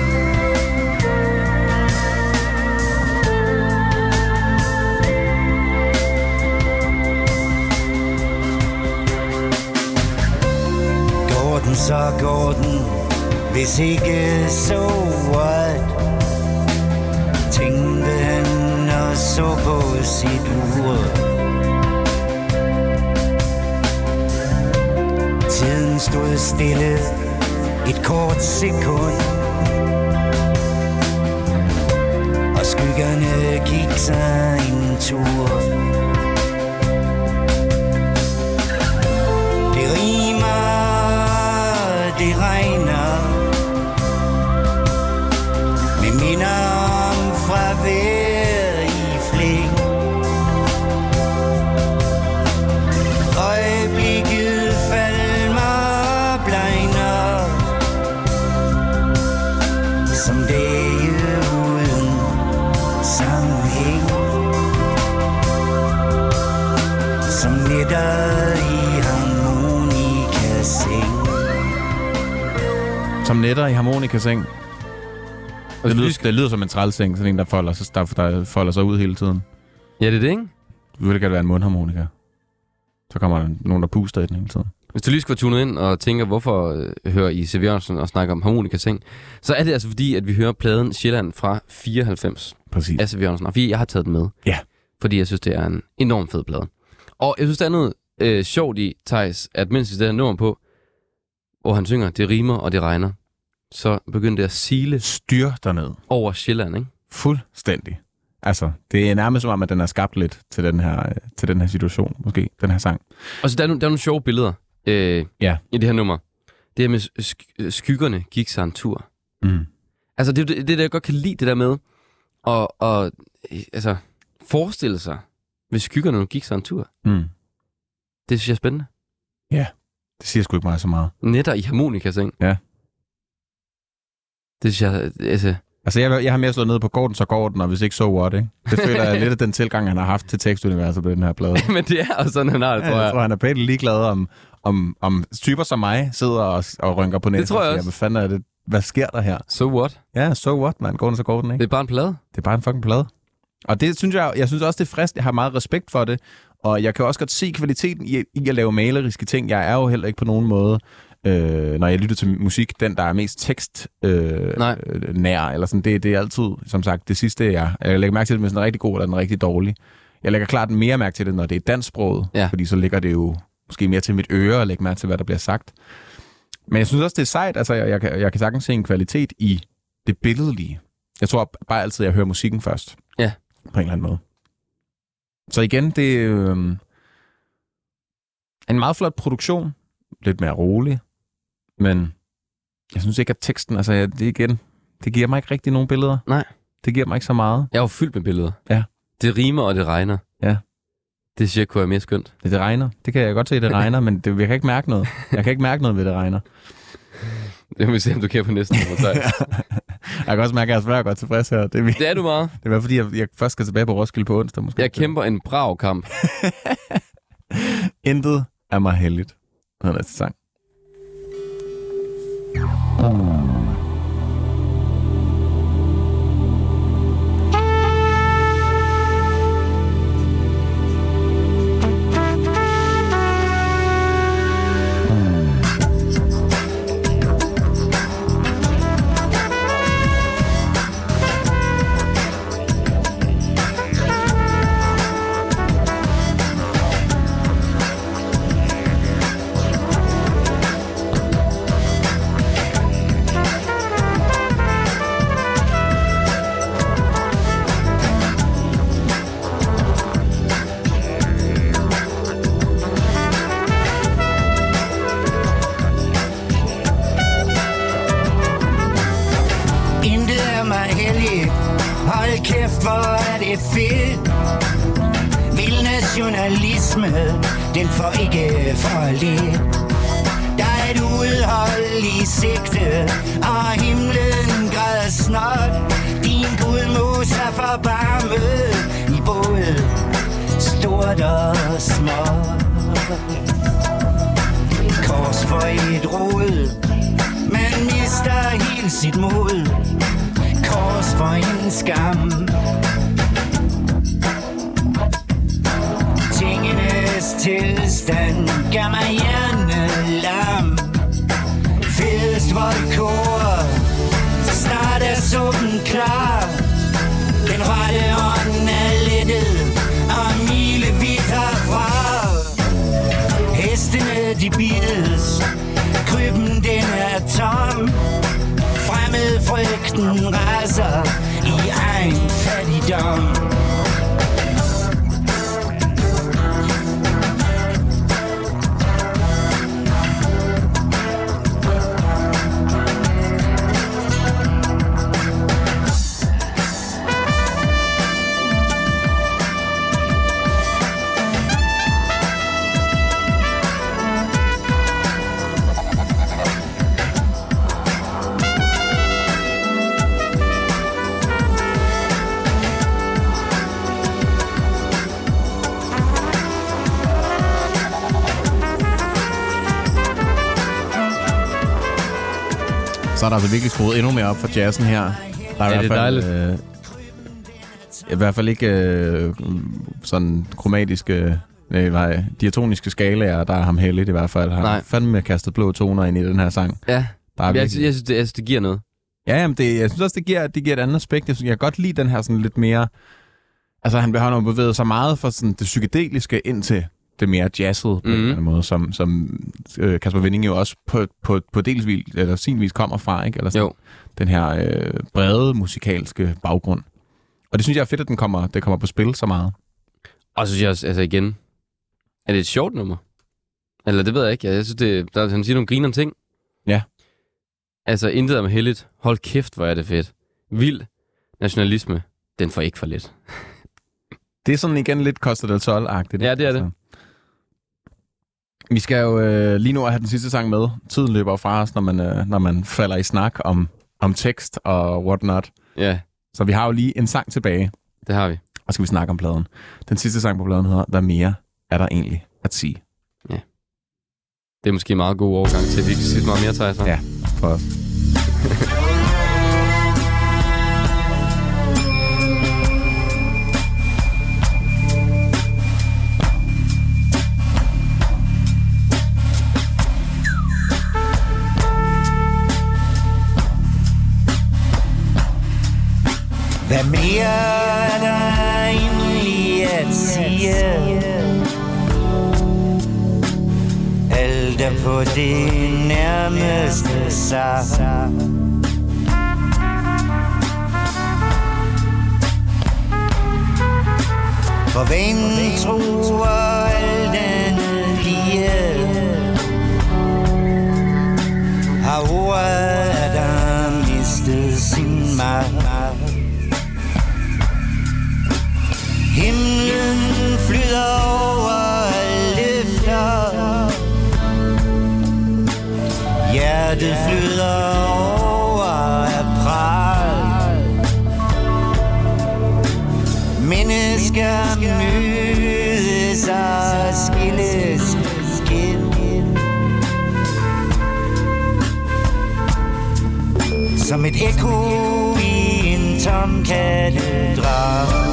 Går den, så går den, hvis ikke så what? Tænkte han og så på sit ur. Tiden stod stille et kort sekund, og skyggerne gik sig en tur. Det rimer, det regner med minder om fravær i flæng. Øjeblikket falmer blegner som dage uden sammenhæng, som nætter i harmonikaseng. Som netter i harmonikaseng. Og Det lyder, skal... det lyder som en trælseng, sådan en, der folder, sig, der, der folder sig ud hele tiden. Ja, det er det, ikke? Du vil gerne være en mundharmonika. Så kommer der nogen, der puster i den hele tiden. Hvis du lige skal være tunet ind og tænker, hvorfor øh, hører I C V Jørgensen og snakker om harmonikaseng, så er det altså fordi, at vi hører pladen Sjælland fra fireoghalvfems Præcis. af C V Jørgensen. Og fordi jeg har taget den med. Ja. Fordi jeg synes, det er en enormt fed plade. Og jeg synes, der er noget øh, sjovt i, Thijs, at mens vi der nummer på, hvor han synger, det rimer og det regner, så begynder det at sile Styr derned. over Sjælland, ikke? Fuldstændig. Altså, det er nærmest som om, at den er skabt lidt til den her, øh, til den her situation, måske, den her sang. Og så der er, no- der er nogle sjove billeder øh, Ja. i det her nummer. Det her med sk- skyggerne gik sig en tur. Mm. Altså, det er det, det, der jeg godt kan lide, det der med at, at altså, forestille sig, hvis skyggerne nu gik sig en tur. Mm. Det synes jeg er spændende. Det siger sgu ikke mig så meget. Netter i harmonikaseng. Ja. Det synes jeg, altså... Altså, jeg, jeg har mere slået ned på går den, så går den, og hvis ikke, så what, ikke? Det føler jeg lidt af den tilgang, han har haft til tekstuniverset på den her plade. Men det er også sådan, han har det, tror Ja, jeg. jeg tror, han er pænt ligeglad om, om, om typer som mig sidder og, og rynker på nettet. tror jeg og siger, også. hvad fanden er det, hvad sker der her? So what? Ja, so what, man. Går den, så går den, ikke? Det er bare en plade. Det er bare en fucking plade. Og det synes jeg, jeg synes også, det er frisk. Jeg har meget respekt for det. Og jeg kan også godt se kvaliteten i, i at lave maleriske ting. Jeg er jo heller ikke på nogen måde, øh, når jeg lytter til musik, den, der er mest tekst øh, nær. Eller sådan. Det, det er altid, som sagt, det sidste, jeg, jeg lægger mærke til det, med sådan en rigtig god eller en rigtig dårlig. Jeg lægger klart mere mærke til det, når det er dansksproget. Ja. Fordi så ligger det jo måske mere til mit øre at lægge mærke til, hvad der bliver sagt. Men jeg synes også, det er sejt. Altså, jeg, jeg, kan, jeg kan sagtens se en kvalitet i det billedlige. Jeg tror bare altid, at jeg hører musikken først. Ja. På en eller anden måde. Så igen, det er øh, en meget flot produktion. Lidt mere rolig. Men jeg synes ikke, at teksten, altså det igen, det giver mig ikke rigtig nogen billeder. Nej. Det giver mig ikke så meget. Jeg er jo fyldt med billeder. Ja. Det rimer, og det regner. Ja. Det siger, kunne være mere skønt. Det, det regner. Det kan jeg godt se, det regner, men det, jeg kan ikke mærke noget. Jeg kan ikke mærke noget ved, det regner. Det må vi se, om du kan på næsten. Jeg kan også mærke, at jeg er svært godt tilfreds her. Det er, det er du meget. Det er fordi, jeg, jeg først skal tilbage på Roskilde på onsdag. Måske. Jeg kæmper en brav kamp. Intet er mig heldigt. Det er næste sang. Mm. Den får ikke for lidt. Der er et udhold i sigte, og himlen græder snart. Din gudmos er forbarmet i både stort og småt. Kors for et rod, man mister helt sit mod. Kors for en skam. Tingenes tilstand gør mig hjernelam. Fedest hvor det koger, så snart er suppen klar. Den rette ånd er lettet og milevidt herfra. Hestene de bides, krybben den er tom. Fremmed frygten raser i egen fattigdom. Så er der altså virkelig skruet endnu mere op for jazzen her. Der er ja, i det hvert er fald, dejligt. Øh, I hvert fald ikke øh, sådan kromatiske, øh, nej, diatoniske skalaer, der er ham heldigt i hvert fald. Han har fandme kastet blå toner ind i den her sang. Ja, der er jeg, jeg, synes, det, altså, det giver noget. Ja, jamen det, jeg synes også, det giver, det giver et andet aspekt. Jeg, synes, jeg kan godt lide den her sådan lidt mere... Altså, han har bevæget sig meget fra sådan, det psykedeliske ind til det mere jazzede på mm. en eller anden måde, som, som øh, Kasper Winding jo også på, på, på delsvis, eller sin vis kommer fra, ikke? Eller sådan, jo. Den her øh, brede musikalske baggrund. Og det synes jeg er fedt, at den kommer, det kommer på spil så meget. Og så synes jeg også, altså igen, er det et sjovt nummer? Eller det ved jeg ikke. Jeg synes, det, der, han siger nogle grinerende ting. Ja. Altså, intet er med heldigt. Hold kæft, hvor er det fedt. Vild nationalisme, den får ikke for lidt. Det er sådan igen lidt Costa del Sol-agtigt. Ja, det er det. Så. Vi skal jo øh, lige nu have den sidste sang med. Tiden løber fra os, når man, øh, når man falder i snak om, om tekst og whatnot. Ja. Så vi har jo lige en sang tilbage. Det har vi. Og skal vi snakke om pladen. Den sidste sang på pladen hedder Hvad mere er der egentlig at sige? Ja. Det er måske en meget god overgang til, at vi ikke kan sige meget mere, Thijs. Ja, for os. Hvad mere er der egentlig at sige? Alt er på det nærmeste sig. For hvem tror alt andet lige? Har ordet der mistet sin magt? Himlen flyder over løfter. Hjertet flyder over af pragt. Mennesker mødes og skilles igen. Som et ekko i en tom katedral.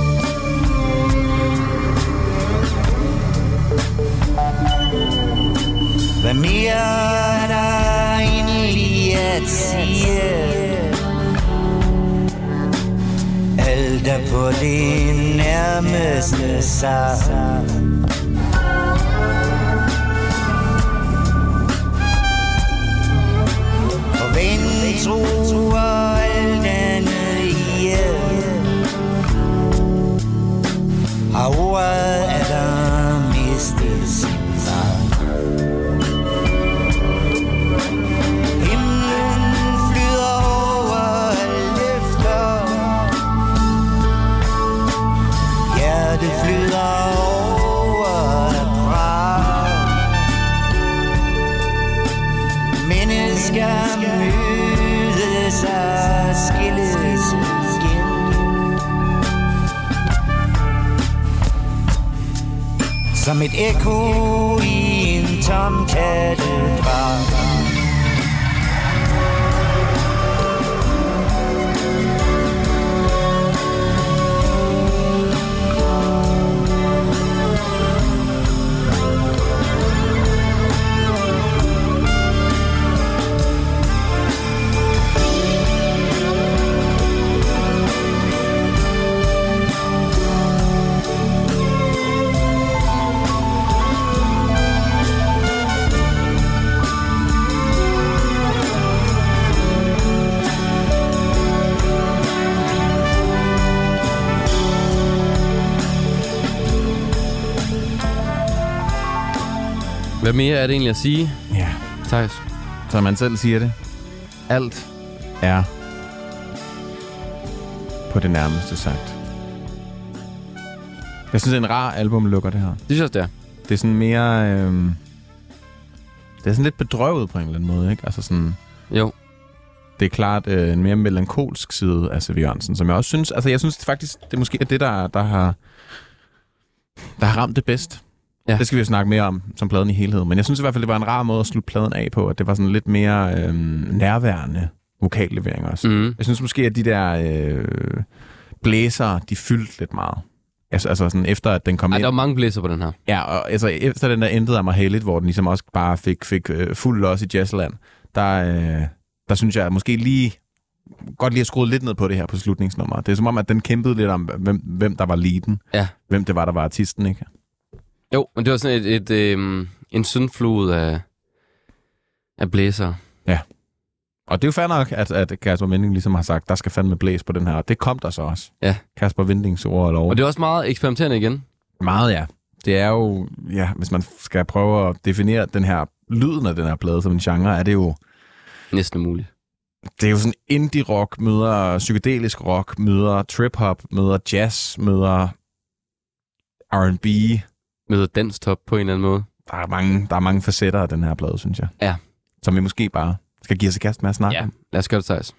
Hvad mere er der egentlig at sige? Alt er på det nærmeste sig. Og hvem tror alt andet ihjel? Har ordet er der mistet sin vej. Det flyder over af pragt. Mennesker mødes og skilles igen. Som et ekko i en tom katedral. Hvad mere er det egentlig at sige? Ja. Thijs. Som man selv siger det. Alt er på det nærmeste sagt. Jeg synes, det er en rar album, lukker det her. Det synes jeg, det er. Det er sådan mere... Øh, det er sådan lidt bedrøvet på en eller anden måde, ikke? Altså sådan... Jo. Det er klart øh, en mere melankolsk side af C V. Jørgensen, som jeg også synes... Altså, jeg synes det faktisk, det er måske det, der, der har... Der har ramt det bedst. Ja. Det skal vi jo snakke mere om, som pladen i helhed. Men jeg synes i hvert fald, det var en rar måde at slutte pladen af på, at det var sådan lidt mere øh, nærværende vokallevering også. Mm. Jeg synes måske, at de der øh, blæser, de fyldte lidt meget. Altså, altså sådan efter, at den kom Ej, ind... der var mange blæser på den her. Ja, og altså efter den der endte af mig helt, hvor den ligesom også bare fik, fik øh, fuld los i jazzland, der, øh, der synes jeg måske lige... godt lige at skrue lidt ned på det her på slutningsnummeret. Det er som om, at den kæmpede lidt om, hvem, hvem der var leaden. Ja. Hvem det var, der var artisten, ikke? Jo, men det var sådan et, et, øh, en syndflod af, af blæser. Ja. Og det er jo fair nok, at, at Kasper Winding ligesom har sagt, der skal fandme blæs på den her. Det kom der så også. Ja. Kasper Windings ord og lov. Og det er også meget eksperimenterende igen. Meget, ja. Det er jo, ja, hvis man skal prøve at definere den her lyden af den her plade som en genre, er det jo... næsten umuligt. Det er jo sådan indie-rock møder psykedelisk rock, møder trip-hop, møder jazz, møder R and B. Møder danstop på en eller anden måde. Der er mange, der er mange facetter af den her plade, synes jeg. Ja. Som vi måske bare skal give os et kast med at snakke ja. om. Lad os gøre det, Thijs.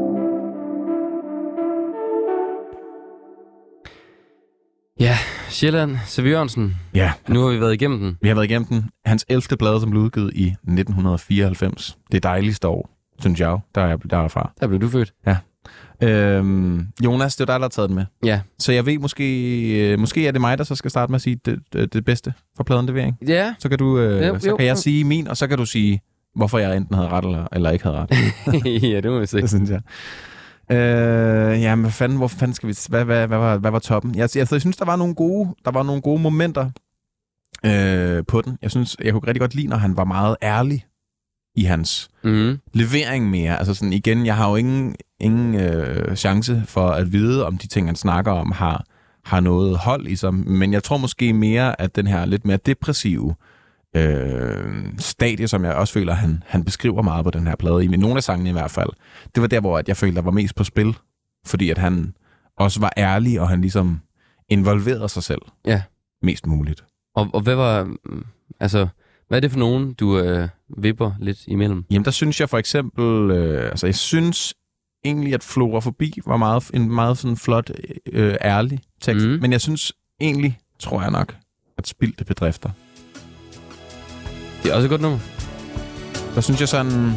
Ja, Sjælland, C V. Jørgensen. Ja. Nu har vi været igennem den. Vi har været igennem den. Hans ellevte plade, som blev udgivet i nitten fireoghalvfems. Det dejligste år. synes jeg jo, der er jeg derfra. Der blev du født. Ja. Øhm, Jonas, det er dig, der har taget den med. Ja. Så jeg ved, måske, måske er det mig, der så skal starte med at sige det, det, det bedste for pladen, det ved jeg ikke. Ja. Så kan, du, øh, Jo, så jo. kan jeg sige min, og så kan du sige, hvorfor jeg enten havde ret eller, eller ikke havde ret. Ja, det må vi se. Det synes jeg. Øh, jamen, hvad fanden, hvor fanden skal vi... Hvad, hvad, hvad, var, hvad var toppen? Jeg, jeg, jeg synes, der var nogle gode, der var nogle gode momenter øh, på den. Jeg synes, jeg kunne rigtig godt lide, når han var meget ærlig i hans Mm. levering mere. Altså sådan igen, jeg har jo ingen, ingen øh, chance for at vide, om de ting, han snakker om, har, har noget hold i sig. Men jeg tror måske mere, at den her lidt mere depressive øh, stadie, som jeg også føler, han, han beskriver meget på den her plade, i nogle af sangene i hvert fald, det var der, hvor jeg følte, der var mest på spil. Fordi at han også var ærlig, og han ligesom involverede sig selv Ja. mest muligt. Og, og hvad var... mm, Altså, hvad er det for nogen, du øh, vipper lidt imellem? Jamen, der synes jeg for eksempel... Øh, altså, jeg synes egentlig, at Flora Forbi var meget, en meget sådan flot, øh, ærlig tekst. Mm. Men jeg synes egentlig, tror jeg nok, at Spildte Bedrifter. Det er også et godt nummer. Der synes jeg sådan...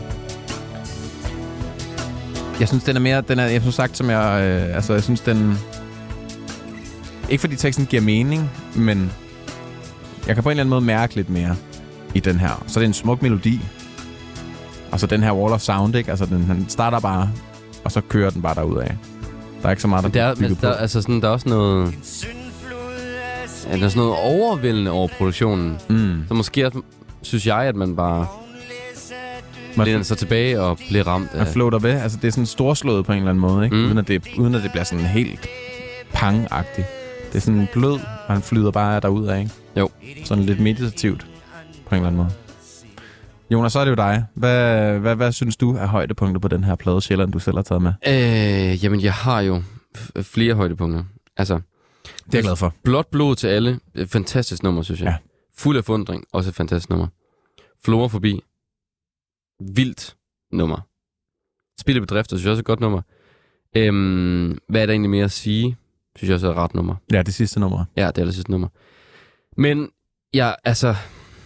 Jeg synes, den er mere... Den er, jeg har sagt, som jeg... Øh, altså, jeg synes, den... Ikke fordi teksten giver mening, men... Jeg kan på en eller anden måde mærke lidt mere i den her. Så det er en smuk melodi. Og så den her wall of sound, ikke? Altså, den, den starter bare, og så kører den bare derudad. Der er ikke så meget, der Men der, bliver bygget men der, på. altså sådan, der er også noget... Ja, der er sådan noget overvældende over produktionen. Mm. Så måske også, synes jeg, at man bare Man, læner sig tilbage og bliver ramt man af... floater ved. Altså, det er sådan storslået på en eller anden måde, ikke? Mm. Uden, at det, uden at det bliver sådan helt pang-agtigt. Det er sådan blød, og han flyder bare derudad, ikke? Jo. Sådan lidt meditativt på en eller anden måde. Jonas, så er det jo dig. Hvad, hvad, hvad synes du er højdepunkter på den her plade, Sjælland, du selv har taget med? Øh, jamen, jeg har jo f- flere højdepunkter. Altså, Det er jeg glad for. Blåt blod til alle. Et fantastisk nummer, synes jeg. Ja. Fuld af forundring. Også et fantastisk nummer. Flora Forbi. Vildt nummer. Spildte Bedrifter, synes jeg også er et godt nummer. Øhm, hvad er der egentlig mere at sige? Synes jeg også er et ret nummer. Ja, det sidste nummer. Ja, det er det sidste nummer. Men, ja, altså...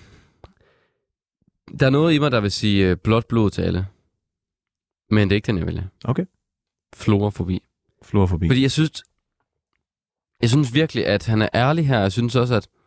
Der er noget i mig, der vil sige uh, blåt blod til alle. Men det er ikke den, jeg vælger. Okay. Flora Forbi. Flora Forbi. Fordi jeg synes... Jeg synes virkelig, at han er ærlig her. Jeg synes også, at...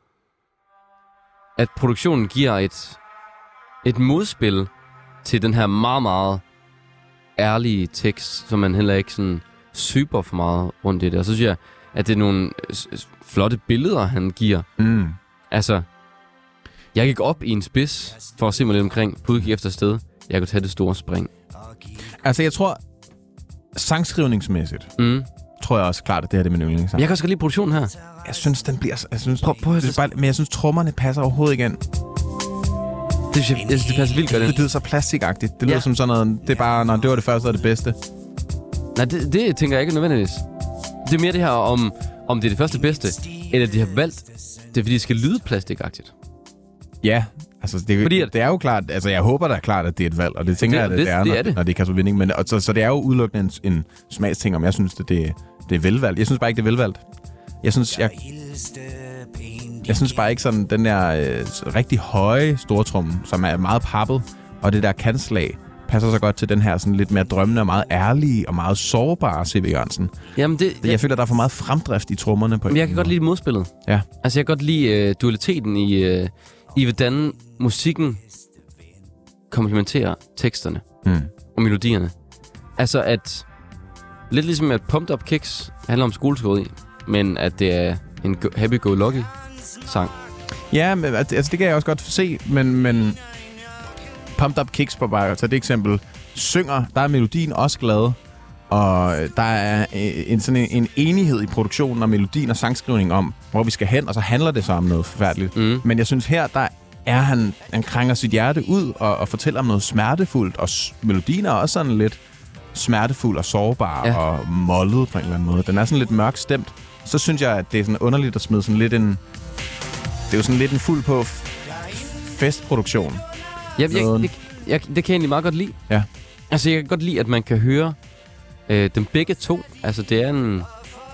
At produktionen giver et... Et modspil til den her meget, meget ærlige tekst, som man heller ikke sådan syber for meget rundt i det. Og så synes jeg, at det er nogle s- s- flotte billeder, han giver. Mm. Altså, jeg gik op i en spids for at se mig lidt omkring, på udkig efter sted. Jeg kunne tage det store spring. Altså, jeg tror, sangskrivningsmæssigt, Mm. tror jeg også klart, at det her det er min yndlingssang. Jeg kan også godt lide produktionen her. Jeg synes, den bliver... Jeg synes, Prøv- prøv at- det er bare, men jeg synes, trommerne passer overhovedet igen. Det synes jeg, jeg synes, det passer vildt godt Det ind. lyder så plastikagtigt. Det lyder Ja. som sådan noget... Det er bare, når det var det første og det bedste. Nej, det, det tænker jeg ikke nødvendigvis. Det er mere det her om, om det er det første bedste, eller de har valgt, det er fordi, det skal lyde plastikagtigt. Ja, altså det, Fordi at- det er jo klart... Altså, jeg håber da klart, at det er et valg, og det tænker Det- jeg, at det- det er, det når, er det. når det er Kasper Winding. Men, og, så, så det er jo udelukkende en, en smagsting, om jeg synes, at det, det er velvalgt. Jeg synes bare ikke, det er velvalgt. Jeg synes, jeg... Jeg synes bare ikke sådan, den der øh, rigtig høje stortrum, som er meget pappet, og det der kantslag, passer så godt til den her sådan lidt mere drømmende og meget ærlige og meget sårbare C V. Jørgensen. Jamen, det... Jeg, jeg føler, der er for meget fremdrift i trommerne på en Men jeg kan måde. godt lide modspillet. Ja. Altså, jeg kan godt lide øh, dualiteten i, øh, i, hvordan musikken komplementerer teksterne Mm. og melodierne. Altså, at... Lidt ligesom at Pumped Up Kicks handler om skoleskåret i, men at det er en go- happy-go-lucky sang. Ja, men, altså det kan jeg også godt se, men, men Pumped Up Kicks på bare, så det eksempel, synger, der er melodien også glad, og der er en, sådan en, en enighed i produktionen og melodien og sangskrivningen om, hvor vi skal hen, og så handler det så om noget forfærdeligt. Mm. Men jeg synes her, der er han, han krænger sit hjerte ud og, og fortæller om noget smertefuldt, og s- melodien er også sådan lidt smertefuld og sårbar Ja. og mollet på en eller anden måde. Den er sådan lidt mørk stemt. Så synes jeg, at det er sådan underligt at smide sådan lidt en... Det er jo sådan lidt en fuld på f- festproduktion. Jeg, jeg, Noget. jeg, jeg, det kan jeg egentlig meget godt lide. Ja. Altså, jeg kan godt lide, at man kan høre øh, dem begge to. Altså, det er en...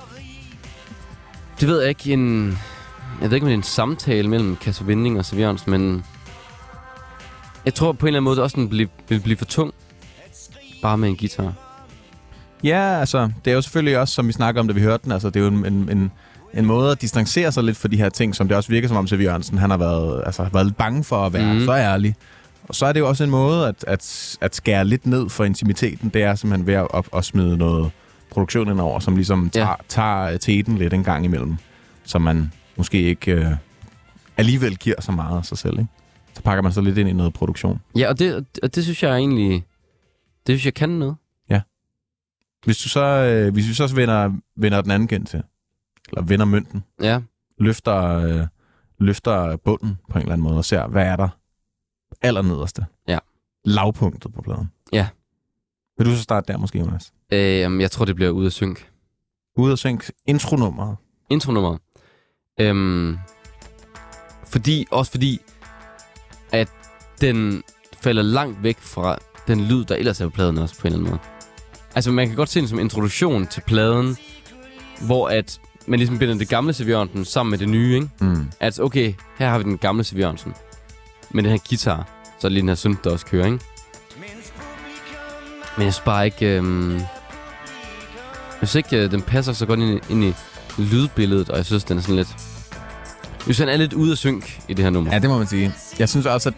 Det ved jeg ikke, en... Jeg ved ikke, om det er en samtale mellem Kasper Winding og Sevjørns, men... Jeg tror på en eller anden måde, det også den vil, vil blive for tung. bare med en guitar. Ja, altså, det er jo selvfølgelig også, som vi snakker om, da vi hørte den, altså, det er jo en, en, en, en måde at distancere sig lidt for de her ting, som det også virker som om, C V Jørgensen, han har været, altså, har været lidt bange for at være mm. så ærlig. Og så er det jo også en måde at, at, at skære lidt ned for intimiteten. Det er simpelthen ved at, at, at smide noget produktion ind over, som ligesom tager, ja. tager teten lidt en gang imellem, så man måske ikke øh, alligevel giver så meget af sig selv, ikke? Så pakker man så lidt ind i noget produktion. Ja, og det, og det synes jeg egentlig, det synes jeg kan noget. Ja. Hvis du så, øh, hvis vi så vender, vender den anden gen til, eller vender mønten, ja. løfter, øh, løfter bunden på en eller anden måde, og ser, hvad er der allernederste? Ja. Lavpunktet på pladen. Ja. Vil du så starte der måske, Jonas? Øh, jeg tror, det bliver ude af synk. Ude af synk. Intronummeret. Intronummeret. Øhm, fordi, også fordi, at den falder langt væk fra den lyd, der ellers er på pladen også, på en eller anden måde. Altså, man kan godt se den som introduktion til pladen, hvor at man ligesom binder det gamle C V Jørgensen sammen med det nye, ikke? Mm. Altså, okay, her har vi den gamle C V Jørgensen. Med den her guitar, så er det lige den her synth, der også kører, ikke? Men jeg synes bare ikke... Øhm... Jeg synes ikke, øh, den passer så godt ind i, ind i lydbilledet, og jeg synes, den er sådan lidt... Jeg synes, den er lidt ude af synk i det her nummer. Ja, det må man sige. Jeg synes også, at,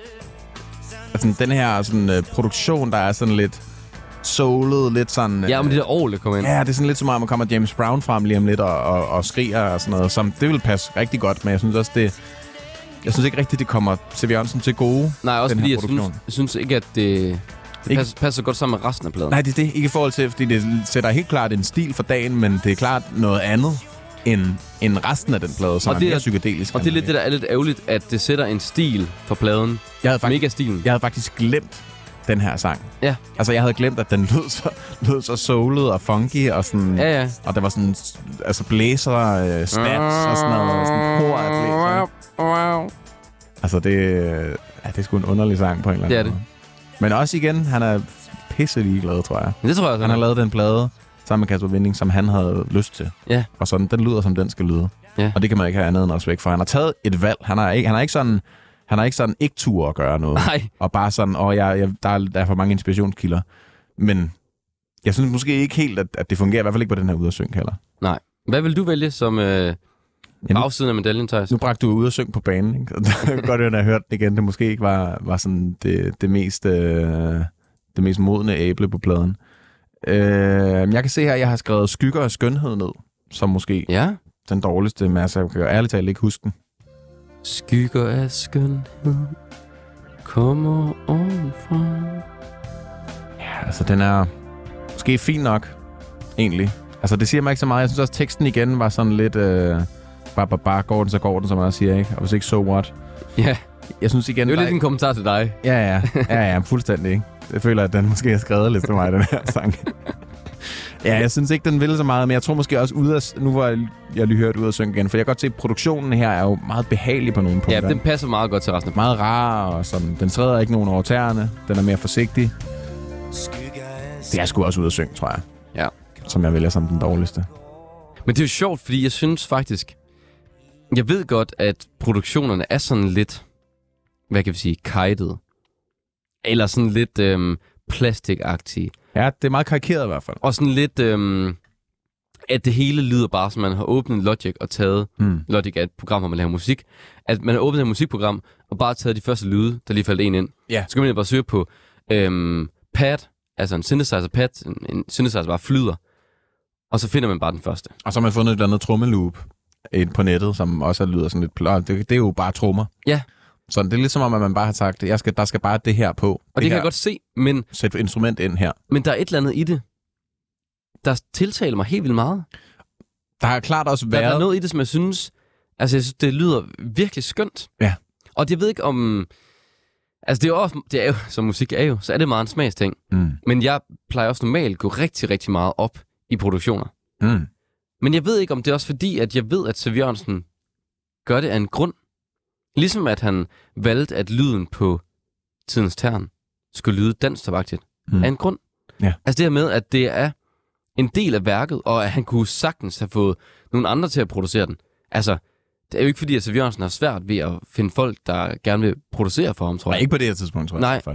at sådan, den her sådan, uh, produktion, der er sådan lidt soulet, lidt sådan... Uh, ja, men det der orgel, der kommer ind. Ja, det er sådan lidt som om, man kommer James Brown frem lige om lidt og, og, og skriger og sådan noget. Som, det vil passe rigtig godt, men jeg synes også, det... Jeg synes ikke rigtigt, det kommer C V Jørgensen til gode. Nej, også fordi jeg synes, jeg synes ikke, at det... Det passer, passer godt sammen med resten af pladen. Nej, det er det. Ikke i forhold til, fordi det sætter helt klart en stil for dagen, men det er klart noget andet end, end resten af den plade, som og er mere psykedelisk. Og det er lidt det, der er lidt ærgerligt, at det sætter en stil for pladen. Jeg havde faktisk, Mega-stilen. Jeg havde faktisk glemt den her sang. Ja. Altså, jeg havde glemt, at den lød så, lød så soulet og funky, og sådan... Ja, ja. Og der var sådan, altså blæser, øh, stats og sådan noget, sådan kor af blæser. Altså, det, ja, det er sgu en underlig sang på en eller anden måde. Det er måde. Men også igen, han er pisse ligeglad, tror jeg. Det tror jeg også. Han har lavet den plade sammen med Kasper Winding, som han havde lyst til. Ja. Og sådan, den lyder, som den skal lyde. Ja. Og det kan man ikke have andet end også væk, for han har taget et valg. Han har ikke, han har ikke sådan, han har ikke sådan ikke tur at gøre noget. Nej. Og bare sådan, åh, jeg, jeg, der, er, der er for mange inspirationskilder. Men jeg synes måske ikke helt, at, at det fungerer, i hvert fald ikke på den her ude af synk heller. Nej. Hvad vil du vælge som øh, bagsiden af medaljen, Thijs? Nu bragte du ud og synge på banen, ikke? Og det er godt, at jeg har hørt det igen. Det måske ikke var, var sådan det, det, mest, øh, det mest modne æble på pladen. Øh, jeg kan se her, at jeg har skrevet Skygger af skønhed ned, som måske ja. den dårligste masse. Jeg kan ærligt talt ikke huske den. Skygger af skønhed kommer ovenfra. Ja, altså den er måske fin nok, egentlig. Altså det siger mig ikke så meget. Jeg synes også, at teksten igen var sådan lidt... Øh, bare, bare, bare går den, så går den, som jeg siger, ikke? Og hvis ikke, so what? Ja. Jeg synes igen... Det er jo lidt ikke... en kommentar til dig. Ja, ja. Ja, ja, fuldstændig, ikke? Jeg føler, at den måske har skrevet lidt til mig, den her sang. Ja, jeg synes ikke, den ville så meget, men jeg tror måske også ud af... Nu var jeg lige hørt ud af synge igen, for jeg kan godt se, at produktionen her er jo meget behagelig på nogle punkter. Ja, den passer meget godt til resten af meget rar, og sådan, den træder ikke nogen over tæerne. Den er mere forsigtig. Det er sgu også ud af synge, tror jeg. Ja. Som jeg vælger som den dårligste. Men det er jo sjovt, fordi jeg synes faktisk... Jeg ved godt, at produktionerne er sådan lidt... Hvad kan vi sige? Kajtet. Eller sådan lidt øhm, plastikagtige. Ja, det er meget karikeret i hvert fald. Og sådan lidt... Øhm, at det hele lyder bare, som man har åbnet Logic og taget... Mm. Logic er et program, hvor man laver musik. At man har åbnet et musikprogram og bare taget de første lyde, der lige faldt en ind. Ja. Så kan man bare søge på øhm, pad, altså en synthesizer pad, en, en synthesizer bare flyder. Og så finder man bare den første. Og så har man fundet et eller andet trommeloop på nettet, som også lyder sådan lidt... Pl- det, det er jo bare trommer. Ja. Så det er lidt som om, at man bare har sagt, jeg skal, der skal bare det her på. Og det, det kan her. jeg godt se, men... Sæt et instrument ind her. Men der er et eller andet i det, der tiltaler mig helt vildt meget. Der har klart også været... Der er noget i det, som jeg synes... Altså, jeg synes, det lyder virkelig skønt. Ja. Og jeg ved ikke om... Altså, det er jo, også, det er jo som musik er jo, så er det meget en smagsting. Mm. Men jeg plejer også normalt at gå rigtig, rigtig meget op i produktioner. Mm. Men jeg ved ikke, om det er også fordi, at jeg ved, at C V Jørgensen gør det af en grund. Ligesom at han valgte, at lyden på Tidens Tern skulle lyde dansk-tabagtigt. Mm. Af en grund. Ja. Altså det her med, at det er en del af værket, og at han kunne sagtens have fået nogle andre til at producere den. Altså, det er jo ikke fordi, at C V Jørgensen har svært ved at finde folk, der gerne vil producere for ham, tror jeg. Nej, ikke på det her tidspunkt, tror jeg. Nej, i hvert fald.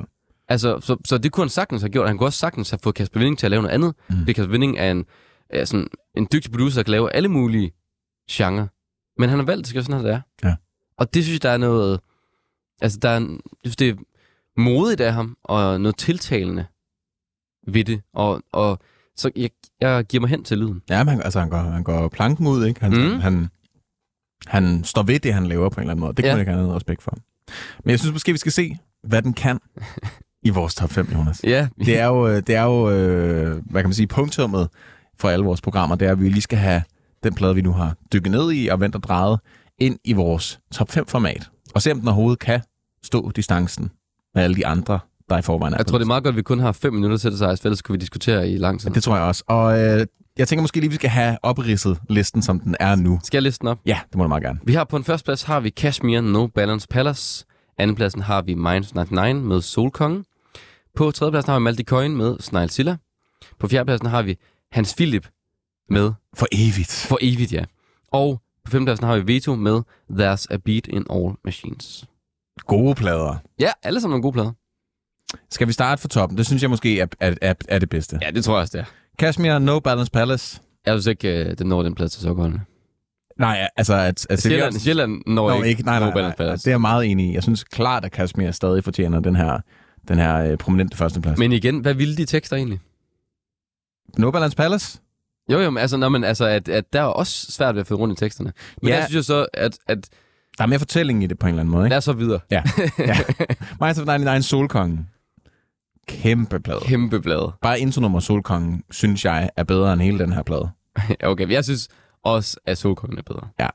Altså, så, så det kunne han sagtens have gjort. Han kunne også sagtens have fået Kasper Winding til at lave noget andet. Mm. Det Kasper Winding er en, er sådan, en dygtig producer, der kan lave alle mulige genre. Men han har valgt, det skal sådan, det er. Ja. Og det synes jeg, der er noget... Altså, der er, jeg synes, det er modigt af ham, og noget tiltalende ved det. Og, og så jeg, jeg giver mig hen til lyden. Ja, men altså, han går, han går planken ud, ikke? Han, mm. han, han står ved det, han laver på en eller anden måde. Det kunne ja. jeg ikke have noget respekt for. Men jeg synes måske, vi skal se, hvad den kan i vores top fem, Jonas. Ja. Det er jo, det er jo øh, hvad kan man sige, punktummet for alle vores programmer. Det er, at vi lige skal have den plade, vi nu har dykket ned i og vendt og drejet ind i vores top fem-format. Og se, om den overhovedet kan stå distancen med alle de andre, der i forvejen er. Jeg tror, det er meget godt, at vi kun har fem minutter til det, så ellers skulle vi diskutere i lang tid. Ja, det tror jeg også. Og øh, jeg tænker måske lige, vi skal have opridset listen, som den er nu. Skal jeg liste den op? Ja, det må du meget gerne. Vi har på en første plads har vi Kashmir, No Balance Palace. Anden pladsen har vi Minds nioghalvfems med Solkongen. På tredje pladsen har vi Maldi Coin med Snailsilla. På fjerde pladsen har vi Hans Philip med For evigt. For evigt, ja. Og på femte pladsen har vi Veto med There's a Beat in All Machines. Gode plader. Ja, alle sammen nogle gode plader. Skal vi starte fra toppen? Det synes jeg måske er, er, er, er det bedste. Ja, det tror jeg også, det er. Kashmir, No Balance Palace. Jeg synes ikke, den når den plads til sokkerholdene. Nej, altså... At, at Sjælland, Sjælland når Nå, ikke, ikke nej, nej, No Balance Palace. Det er jeg meget enig i. Jeg synes klart, at Kashmir stadig fortjener den her, den her øh, prominente førsteplads. Men igen, hvad ville de tekster egentlig? No Balance Palace? Jo, jo, men altså, når man, altså at, at der er også svært ved at finde rundt i teksterne. Men ja. Jeg synes jo så, at, at... Der er mere fortælling i det på en eller anden måde, ikke? Lad os så videre. Ja. ja. Minds of nioghalvfems Solkongen. Kæmpe plade. Kæmpe plade. Bare intronummer Solkongen, synes jeg, er bedre end hele den her plade. Okay, jeg synes også, at Solkongen er bedre. Ja.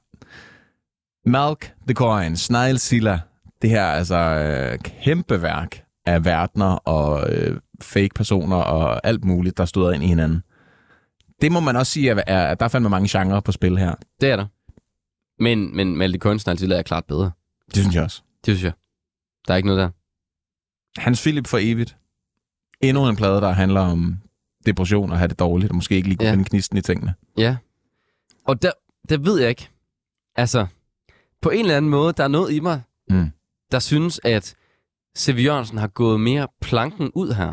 Malk the Coin, Snailsilla. Det her altså øh, kæmpe værk af verdener og øh, fake personer og alt muligt, der støder ind i hinanden. Det må man også sige, at, at der er fandme mange genrer på spil her. Det er der. Men, men Maldi Coin Snailsilla er klart bedre. Det synes jeg også. Det synes jeg. Der er ikke noget der. Hans Philip For evigt. Endnu en plade, der handler om depression og have det dårligt, og måske ikke lige kunne ja. finde knisten i tingene. Ja. Og der, der ved jeg ikke. Altså, på en eller anden måde, der er noget i mig, mm. der synes, at C V. Jørgensen har gået mere planken ud her,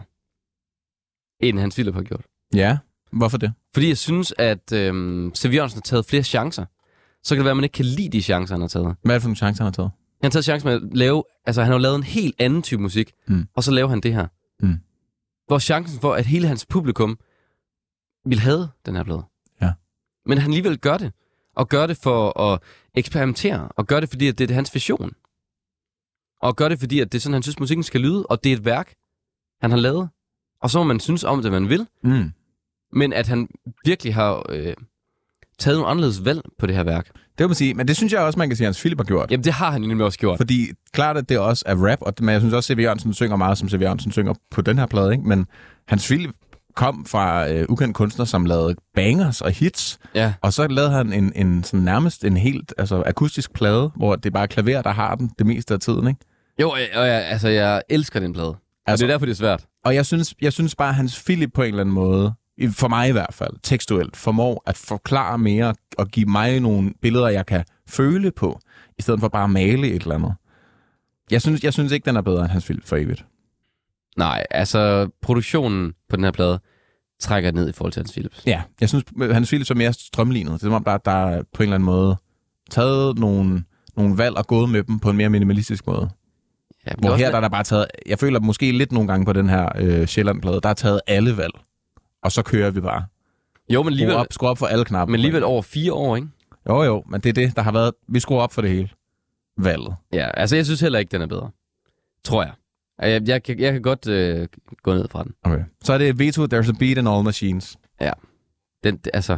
end Hans Philip har gjort. Ja, hvorfor det? Fordi jeg synes, at øhm, C V. Jørgensen har taget flere chancer. Så kan det være, at man ikke kan lide de chancer, han har taget. Hvad er det for nogle chancer, han har taget? Han har taget chancen med at lave... Altså, han har lavet en helt anden type musik, mm. og så laver han det her. Mm. Hvor chancen for, at hele hans publikum vil have den her plade. Ja. Men han alligevel gør det. Og gør det for at eksperimentere. Og gør det, fordi at det er hans vision. Og gør det, fordi at det er sådan, han synes, musikken skal lyde. Og det er et værk, han har lavet. Og så må man synes om det, man vil. Mm. Men at han virkelig har øh, taget nogle anderledes valg på det her værk. Det vil man sige, men det synes jeg også, man kan sige, at Hans Philip har gjort. Jamen, det har han nemlig også gjort. Fordi klart, at det også er rap, og, men jeg synes også, at C V. Jørgensen synger meget, som C V. Jørgensen synger på den her plade, ikke? Men Hans Philip kom fra øh, ukendt kunstner, som lavede bangers og hits, ja. Og så lavede han en, en sådan nærmest en helt altså, akustisk plade, hvor det er bare klaver, der har den det meste af tiden, ikke? Jo, og jeg, altså, jeg elsker den plade. Altså, og det er derfor, det er svært. Og jeg synes, jeg synes bare, at Hans Philip på en eller anden måde, for mig i hvert fald, tekstuelt, formår at forklare mere og give mig nogle billeder, jeg kan føle på, i stedet for bare at male et eller andet. Jeg synes, jeg synes ikke, den er bedre end Hans Philip For evigt. Nej, altså produktionen på den her plade trækker ned i forhold til Hans Philips. Ja, jeg synes, Hans Philips er mere strømlignet. Det er som om, der, der er på en eller anden måde taget nogle, nogle valg og gået med dem på en mere minimalistisk måde. Ja, hvor her der er der bare taget, jeg føler måske lidt nogle gange på den her øh, Sjælland-plade, der er taget alle valg. Og så kører vi bare. Jo, men alligevel... Skru op, skru op for alle knapper. Men alligevel over fire år, ikke? Jo, jo, men det er det, der har været... Vi skruer op for det hele. Valget. Ja, altså jeg synes heller ikke, den er bedre. Tror jeg. Jeg, jeg, jeg, jeg kan godt øh, gå ned fra den. Okay. Så er det Veto, There's a Beat in All Machines. Ja. Den, altså...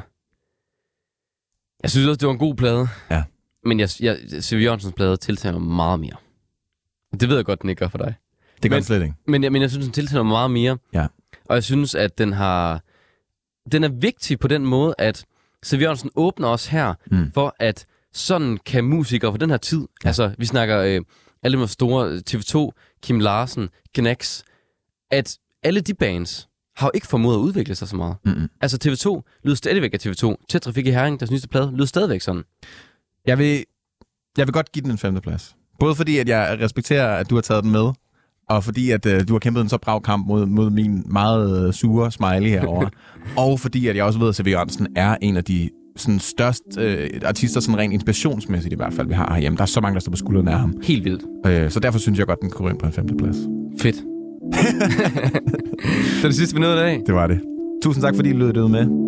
Jeg synes også, det var en god plade. Ja. Men jeg, jeg, C V. Jørgensens plade tiltaler mig meget mere. Det ved jeg godt, den ikke gør for dig. Det gør den slet ikke. Men, men jeg synes, den tiltaler mig meget mere. Ja. Og jeg synes, at den har... Den er vigtig på den måde, at C V. Jørgensen åbner os her, mm. for at sådan kan musikere for den her tid... Ja. Altså, vi snakker øh, alle de store T V to, Kim Larsen, Gnax, at alle de bands har jo ikke formået at udvikle sig så meget. Mm-hmm. Altså, T V to lyder stadigvæk af T V to. Tæt Trafik i Herring, deres nyeste plade, lyder stadigvæk sådan. Jeg vil, jeg vil godt give den en femte plads. Både fordi, at jeg respekterer, at du har taget den med, og fordi at øh, du har kæmpet en så brav kamp mod, mod min meget øh, sure smiley herovre. Og fordi at jeg også ved, at C V Jørgensen er en af de sådan, største øh, artister, sådan rent inspirationsmæssigt i hvert fald, vi har herhjemme. Der er så mange, der står på skuldrene af ham. Helt vildt. Øh, så derfor synes jeg godt, den kunne ind på en femteplads. Fedt. Det er det sidste, vi nåede i dag. Det var det. Tusind tak, fordi I lyttede med.